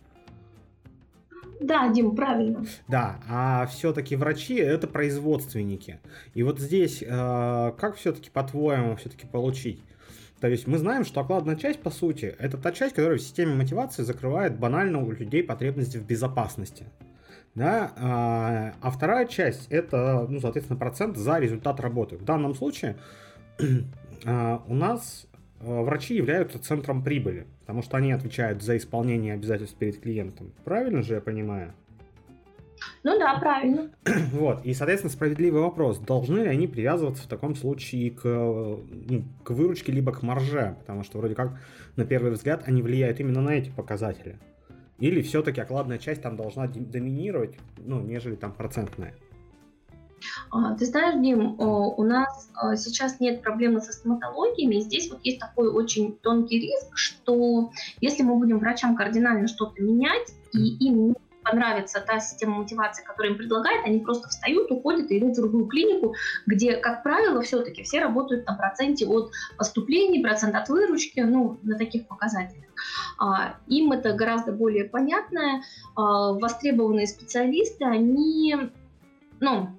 Да, Дим, правильно. Да, а все-таки врачи — это производственники. И вот здесь, э, как все-таки, по-твоему, все-таки получить? То есть мы знаем, что окладная часть, по сути, это та часть, которая в системе мотивации закрывает банально у людей потребности в безопасности. Да? А, а вторая часть — это, ну, соответственно, процент за результат работы. В данном случае а, у нас врачи являются центром прибыли, потому что они отвечают за исполнение обязательств перед клиентом. Правильно же я понимаю? Ну да, правильно. Вот, и, соответственно, справедливый вопрос, должны ли они привязываться в таком случае к, ну, к выручке, либо к марже, потому что вроде как, на первый взгляд, они влияют именно на эти показатели. Или все-таки окладная часть там должна доминировать, ну, нежели там процентная? Ты знаешь, Дим, у нас сейчас нет проблемы со стоматологиями, и здесь вот есть такой очень тонкий риск, что если мы будем врачам кардинально что-то менять, и им не понравится та система мотивации, которую им предлагает, они просто встают, уходят и идут в другую клинику, где, как правило, все-таки все работают на проценте от поступлений, процент от выручки, ну, на таких показателях. Им это гораздо более понятно. Востребованные специалисты, они, ну,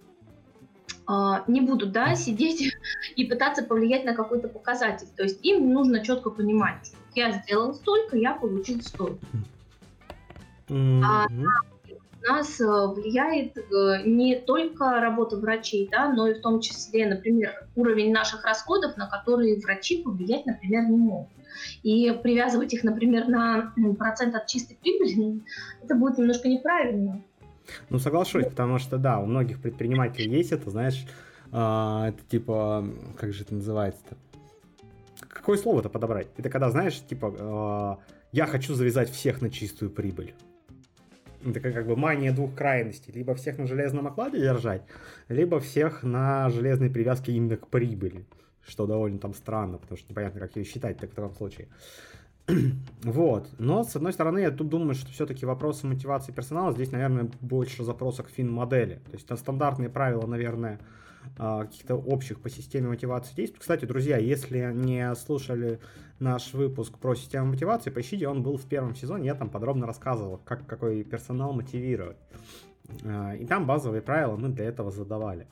не будут, да, сидеть и пытаться повлиять на какой-то показатель. То есть им нужно четко понимать, что я сделал столько, я получил столько. Mm-hmm. А на нас влияет не только работа врачей, да, но и в том числе, например, уровень наших расходов, на которые врачи повлиять, например, не могут. И привязывать их, например, на процент от чистой прибыли, это будет немножко неправильно. Ну, соглашусь, потому что, да, у многих предпринимателей есть это, знаешь, э, это типа, как же это называется-то? Какое слово-то подобрать? Это когда, знаешь, типа, э, я хочу завязать всех на чистую прибыль. Это как бы мания двух крайностей. Либо всех на железном окладе держать, либо всех на железной привязке именно к прибыли. Что довольно там странно, потому что непонятно, как ее считать в таком случае. Вот. Но, с одной стороны, я тут думаю, что все-таки вопросы мотивации персонала здесь, наверное, больше запроса к фин-модели. То есть там стандартные правила, наверное, каких-то общих по системе мотивации действуют. Кстати, друзья, если не слушали наш выпуск про систему мотивации, поищите, он был в первом сезоне, я там подробно рассказывал, как какой персонал мотивировать. И там базовые правила мы для этого задавали.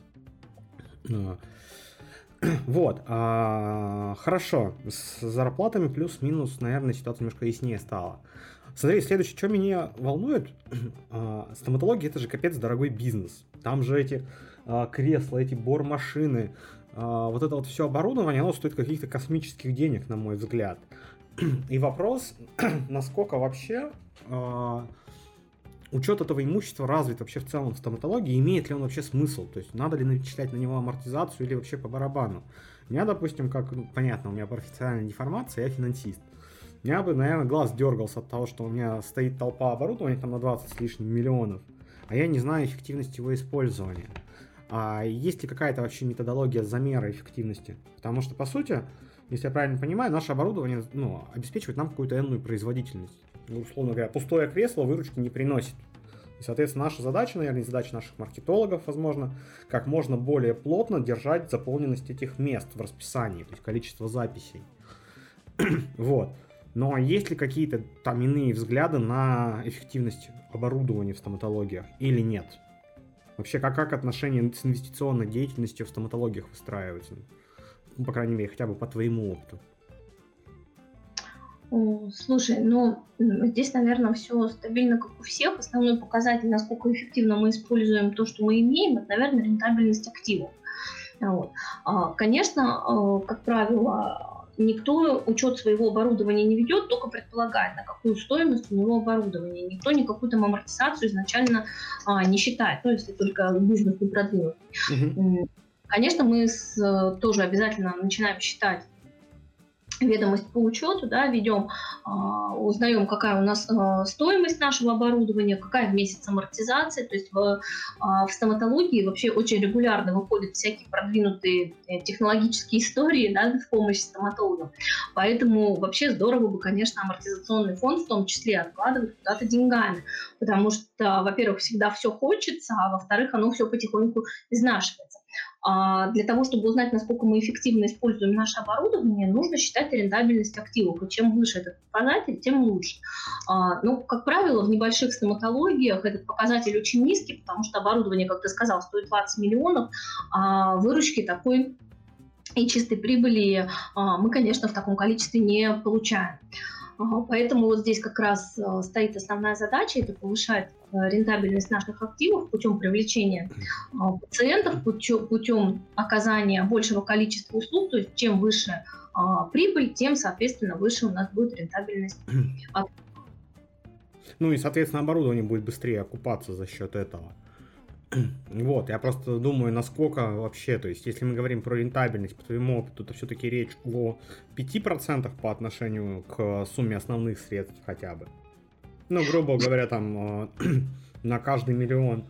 Вот, а, хорошо, с зарплатами плюс-минус, наверное, ситуация немножко яснее стала. Смотри, следующее, что меня волнует, а, стоматология — это же капец дорогой бизнес. Там же эти а, кресла, эти бормашины, а, вот это вот все оборудование, оно стоит каких-то космических денег, на мой взгляд. И вопрос, насколько вообще а, учет этого имущества развит вообще в целом в стоматологии, имеет ли он вообще смысл, то есть надо ли начислять на него амортизацию или вообще по барабану. У меня, допустим, как, ну, понятно, у меня профессиональная деформация, я финансист. У меня бы, наверное, глаз дергался от того, что у меня стоит толпа оборудования там на двадцать с лишним миллионов, а я не знаю эффективности его использования. А есть ли какая-то вообще методология замера эффективности? Потому что, по сути, если я правильно понимаю, наше оборудование, ну, обеспечивает нам какую-то энную производительность. Ну, условно говоря, пустое кресло выручки не приносит. И, соответственно, наша задача, наверное, задача наших маркетологов, возможно, как можно более плотно держать заполненность этих мест в расписании, то есть количество записей. Вот. Но есть ли какие-то там иные взгляды на эффективность оборудования в стоматологиях или нет? Вообще, как, как отношения с инвестиционной деятельностью в стоматологиях выстраиваются? Ну, по крайней мере, хотя бы по твоему опыту. Слушай, ну, здесь, наверное, все стабильно, как у всех. Основной показатель, насколько эффективно мы используем то, что мы имеем, это, наверное, рентабельность активов. Вот. Конечно, как правило, никто учет своего оборудования не ведет, только предполагает, на какую стоимость у него оборудование. Никто никакую там амортизацию изначально а, не считает, ну, если только бизнес не продвинут. Mm-hmm. Конечно, мы с, тоже обязательно начинаем считать ведомость по учету, да, ведем, э, узнаем, какая у нас э, стоимость нашего оборудования, какая в месяц амортизация, то есть в, э, в стоматологии вообще очень регулярно выходят всякие продвинутые э, технологические истории, да, в помощь стоматологам, поэтому вообще здорово бы, конечно, амортизационный фонд в том числе откладывать куда-то деньгами, потому что, во-первых, всегда все хочется, а во-вторых, оно все потихоньку изнашивается. А для того, чтобы узнать, насколько мы эффективно используем наше оборудование, нужно считать рентабельность активов. И чем выше этот показатель, тем лучше. А, ну, как правило, в небольших стоматологиях этот показатель очень низкий, потому что оборудование, как ты сказал, стоит двадцать миллионов, а выручки такой и чистой прибыли а, мы, конечно, в таком количестве не получаем. Поэтому вот здесь как раз стоит основная задача – это повышать рентабельность наших активов путем привлечения пациентов, путем, путем оказания большего количества услуг. То есть чем выше а, прибыль, тем, соответственно, выше у нас будет рентабельность. Ну и, соответственно, оборудование будет быстрее окупаться за счет этого. Вот, я просто думаю, насколько вообще, то есть, если мы говорим про рентабельность, по твоему опыту, то все-таки речь о пяти процентах по отношению к сумме основных средств хотя бы. Ну, грубо говоря, там на каждый миллион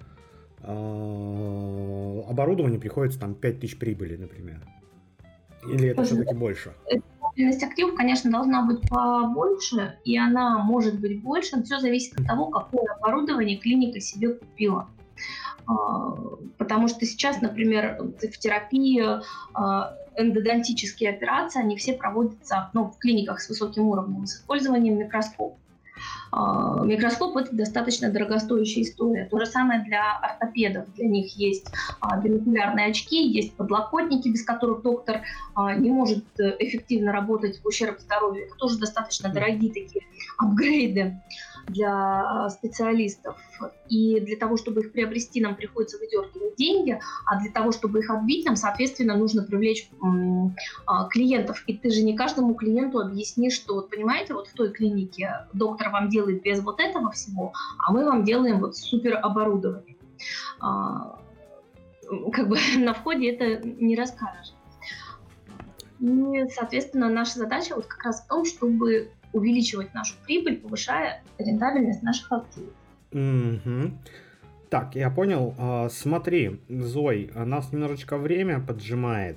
оборудования приходится там пять тысяч прибыли, например. Или это все-таки больше? Рентабельность активов, конечно, должна быть побольше, и она может быть больше, но все зависит от того, какое оборудование клиника себе купила. Потому что сейчас, например, в терапии эндодонтические операции, они все проводятся, ну, в клиниках с высоким уровнем с использованием микроскопа. Микроскоп – это достаточно дорогостоящая история. То же самое для ортопедов. Для них есть бинокулярные очки, есть подлокотники, без которых доктор не может эффективно работать в ущерб здоровью. Это тоже достаточно дорогие такие апгрейды для специалистов. И для того, чтобы их приобрести, нам приходится выдергивать деньги, а для того, чтобы их отбить, нам, соответственно, нужно привлечь м- а, клиентов. И ты же не каждому клиенту объяснишь, что, вот понимаете, вот в той клинике доктор вам делает без вот этого всего, а мы вам делаем вот супер оборудование. А, как бы на входе это не расскажешь. И, соответственно, наша задача вот как раз в том, чтобы увеличивать нашу прибыль, повышая рентабельность наших активов. Mm-hmm. Так, я понял. А, смотри, Зой, нас немножечко время поджимает.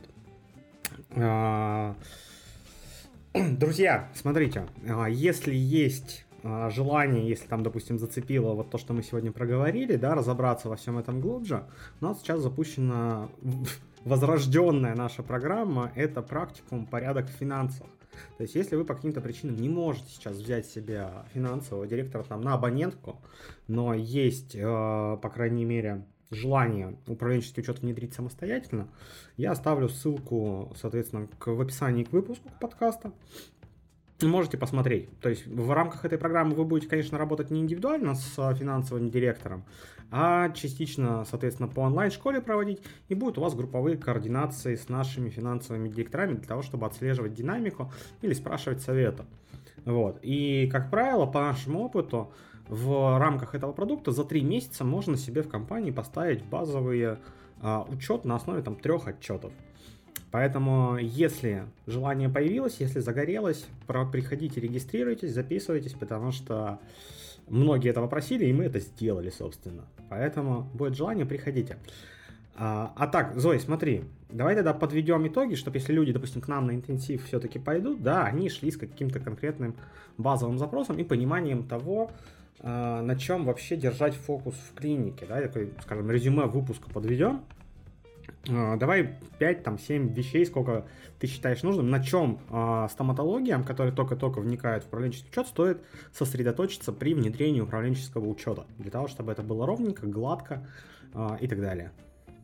А, друзья, смотрите, а, если есть а, желание, если там, допустим, зацепило вот то, что мы сегодня проговорили, да, разобраться во всем этом глубже, у нас сейчас запущена возрожденная наша программа, это практикум «Порядок в финансах». То есть, если вы по каким-то причинам не можете сейчас взять себе финансового директора там, на абонентку, но есть, э, по крайней мере, желание управленческий учет внедрить самостоятельно, я оставлю ссылку, соответственно, к, в описании к выпуску подкаста. Можете посмотреть. То есть в рамках этой программы вы будете, конечно, работать не индивидуально с финансовым директором, а частично, соответственно, по онлайн-школе проводить, и будут у вас групповые координации с нашими финансовыми директорами для того, чтобы отслеживать динамику или спрашивать совета. Вот. И, как правило, по нашему опыту, в рамках этого продукта за три месяца можно себе в компании поставить базовый а, учет на основе там трех отчетов. Поэтому, если желание появилось, если загорелось, приходите, регистрируйтесь, записывайтесь, потому что многие этого просили, и мы это сделали, собственно. Поэтому будет желание, приходите. А, а так, Зой, смотри, давай тогда подведем итоги, чтобы если люди, допустим, к нам на интенсив все-таки пойдут, да, они шли с каким-то конкретным базовым запросом и пониманием того, а, на чем вообще держать фокус в клинике, да, такой, скажем, резюме выпуска подведем. Uh, давай пять-семь вещей, сколько ты считаешь нужным, на чем uh, стоматологиям, которые только-только вникают в управленческий учет, стоит сосредоточиться при внедрении управленческого учета, для того, чтобы это было ровненько, гладко uh, и так далее.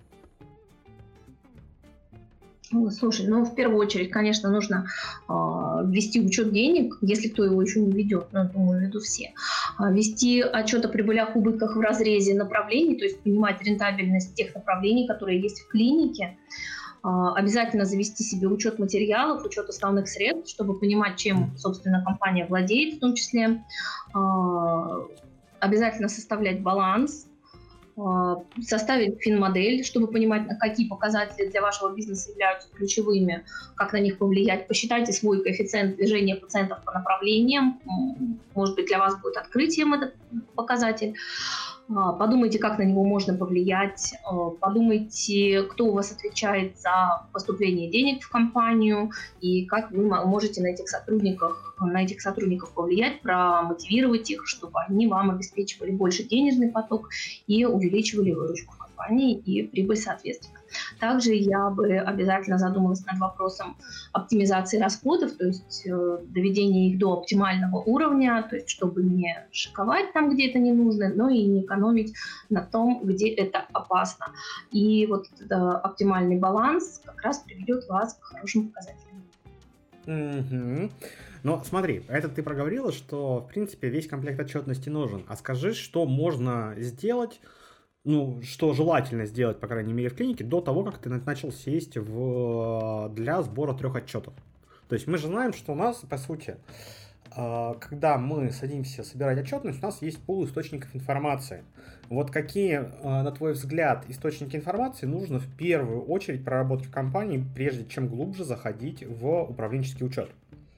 Слушай, ну в первую очередь, конечно, нужно э, ввести учет денег, если кто его еще не ведет, ну, думаю, ведут все. Э, вести отчет о прибылях, убытках в разрезе направлений, то есть понимать рентабельность тех направлений, которые есть в клинике. Э, обязательно завести себе учет материалов, учет основных средств, чтобы понимать, чем, собственно, компания владеет в том числе. Э, обязательно составлять баланс, составить финмодель, чтобы понимать, какие показатели для вашего бизнеса являются ключевыми, как на них повлиять. Посчитайте свой коэффициент движения пациентов по направлениям. Может быть, для вас будет открытием этот показатель. Подумайте, как на него можно повлиять. Подумайте, кто у вас отвечает за поступление денег в компанию и как вы можете на этих сотрудников, на этих сотрудников повлиять, промотивировать их, чтобы они вам обеспечивали больше денежный поток и увеличивали выручку в компании и прибыль соответственно. Также я бы обязательно задумалась над вопросом оптимизации расходов, то есть э, доведения их до оптимального уровня, то есть чтобы не шиковать там, где это не нужно, но и не экономить на том, где это опасно. И вот этот оптимальный баланс как раз приведет вас к хорошим показателям. Mm-hmm. Но смотри, это ты проговорила, что в принципе весь комплект отчетности нужен. А скажи, что можно сделать, ну, что желательно сделать, по крайней мере, в клинике, до того, как ты начал сесть в... для сбора трех отчетов. То есть мы же знаем, что у нас, по сути, когда мы садимся собирать отчетность, у нас есть пул источников информации. Вот какие, на твой взгляд, источники информации нужно в первую очередь проработать в компании, прежде чем глубже заходить в управленческий учет?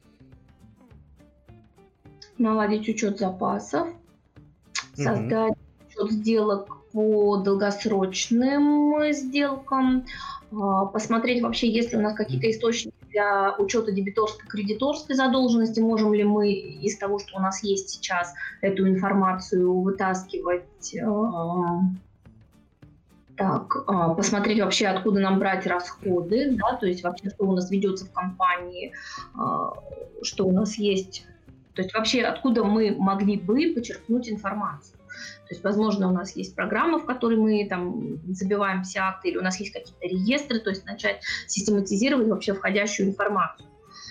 Наладить учет запасов, создать mm-hmm. учет сделок по долгосрочным сделкам, посмотреть вообще, есть ли у нас какие-то источники для учета дебиторской, кредиторской задолженности, можем ли мы из того, что у нас есть сейчас, эту информацию вытаскивать. Так, посмотреть вообще, откуда нам брать расходы, да, то есть вообще, что у нас ведется в компании, что у нас есть, то есть вообще, откуда мы могли бы почерпнуть информацию. То есть, возможно, у нас есть программа, в которой мы там забиваем все акты, или у нас есть какие-то реестры, то есть начать систематизировать вообще входящую информацию.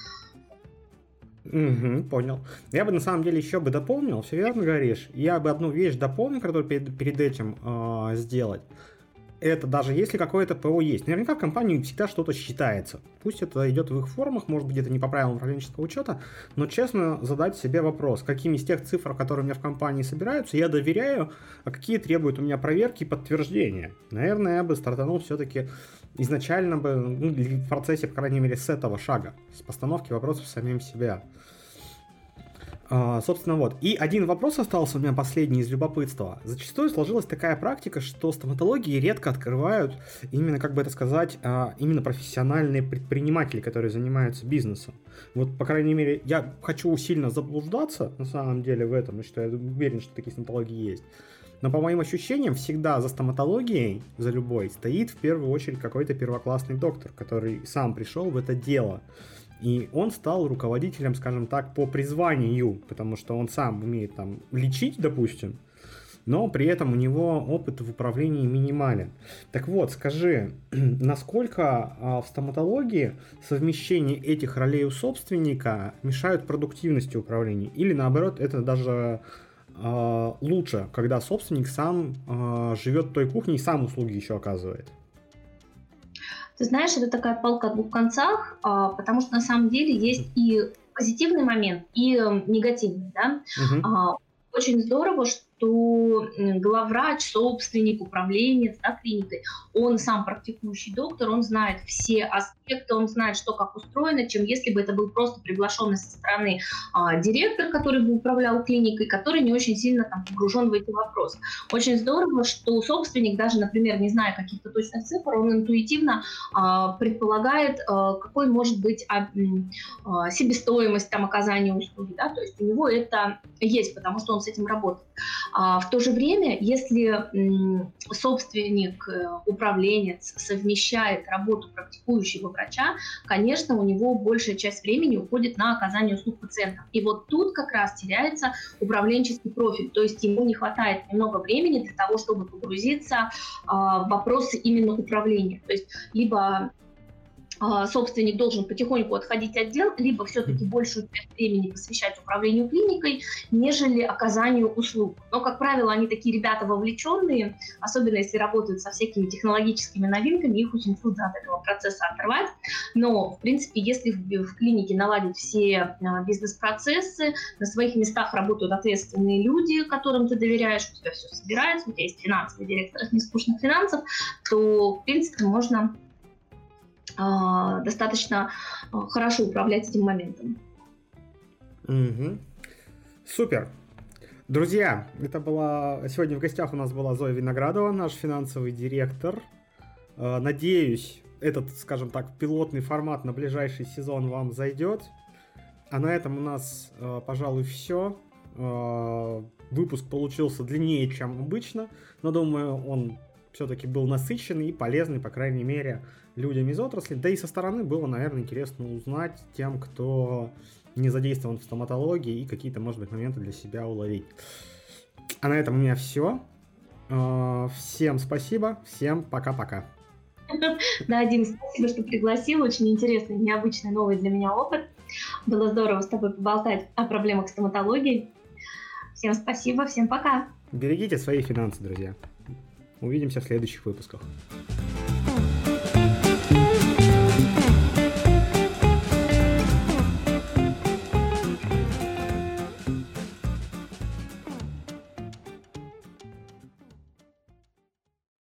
Угу, понял. Я бы на самом деле еще бы дополнил, все верно говоришь. Я бы одну вещь дополнил, которую перед, перед этим э, сделать. Это даже если какое-то ПО есть. Наверняка в компании всегда что-то считается. Пусть это идет в их формах, может быть, это не по правилам управленческого учета, но честно задать себе вопрос, какими из тех цифр, которые у меня в компании собираются, я доверяю, а какие требуют у меня проверки и подтверждения. Наверное, я бы стартанул все-таки изначально бы, ну, в процессе, по крайней мере, с этого шага, с постановки вопросов самим себя. Uh, собственно, вот. И один вопрос остался у меня последний из любопытства. Зачастую сложилась такая практика, что стоматологии редко открывают именно, как бы это сказать, uh, именно профессиональные предприниматели, которые занимаются бизнесом. Вот, по крайней мере, я хочу сильно заблуждаться, на самом деле, в этом, что я уверен, что такие стоматологии есть. Но по моим ощущениям, всегда за стоматологией, за любой, стоит в первую очередь какой-то первоклассный доктор, который сам пришел в это дело. И он стал руководителем, скажем так, по призванию, потому что он сам умеет там лечить, допустим, но при этом у него опыт в управлении минимален. Так вот, скажи, насколько а, в стоматологии совмещение этих ролей у собственника мешают продуктивности управления? Или наоборот, это даже а, лучше, когда собственник сам а, живет в той кухне и сам услуги еще оказывает? Ты знаешь, это такая палка о двух концах, потому что на самом деле есть и позитивный момент, и негативный. Да? Uh-huh. Очень здорово, что главврач, собственник, управленец, да, клиникой, он сам практикующий доктор, он знает все аспекты, он знает, что как устроено, чем если бы это был просто приглашенный со стороны а, директор, который бы управлял клиникой, который не очень сильно там погружен в эти вопросы. Очень здорово, что собственник, даже, например, не зная каких-то точных цифр, он интуитивно а, предполагает, а, какой может быть а, а, себестоимость там, оказания услуги, да, то есть у него это есть, потому что он с этим работает. А в то же время, если м, собственник, э, управленец совмещает работу практикующего врача, конечно, у него большая часть времени уходит на оказание услуг пациентам. И вот тут как раз теряется управленческий профиль, то есть ему не хватает немного времени для того, чтобы погрузиться э, в вопросы именно управления. То есть либо собственник должен потихоньку отходить от дел, либо все-таки большую часть времени посвящать управлению клиникой, нежели оказанию услуг. Но, как правило, они такие ребята вовлеченные, особенно если работают со всякими технологическими новинками, их очень трудно от этого процесса оторвать. Но, в принципе, если в, в клинике наладить все а, бизнес-процессы, на своих местах работают ответственные люди, которым ты доверяешь, у тебя все собирается, у тебя есть финансовый директор нескучных финансов, то, в принципе, можно достаточно хорошо управлять этим моментом. Угу. Супер. Друзья, это была... Сегодня в гостях у нас была Зоя Виноградова, наш финансовый директор. Надеюсь, этот, скажем так, пилотный формат на ближайший сезон вам зайдет. А на этом у нас, пожалуй, все. Выпуск получился длиннее, чем обычно, но, думаю, он все-таки был насыщенный и полезный, по крайней мере, людям из отрасли. Да и со стороны было, наверное, интересно узнать тем, кто не задействован в стоматологии, и какие-то, может быть, моменты для себя уловить. А на этом у меня все. Всем спасибо, всем пока-пока. Да, Дим, спасибо, что пригласил. Очень интересный, необычный, новый для меня опыт. Было здорово с тобой поболтать о проблемах стоматологии. Всем спасибо, всем пока. Берегите свои финансы, друзья. Увидимся в следующих выпусках.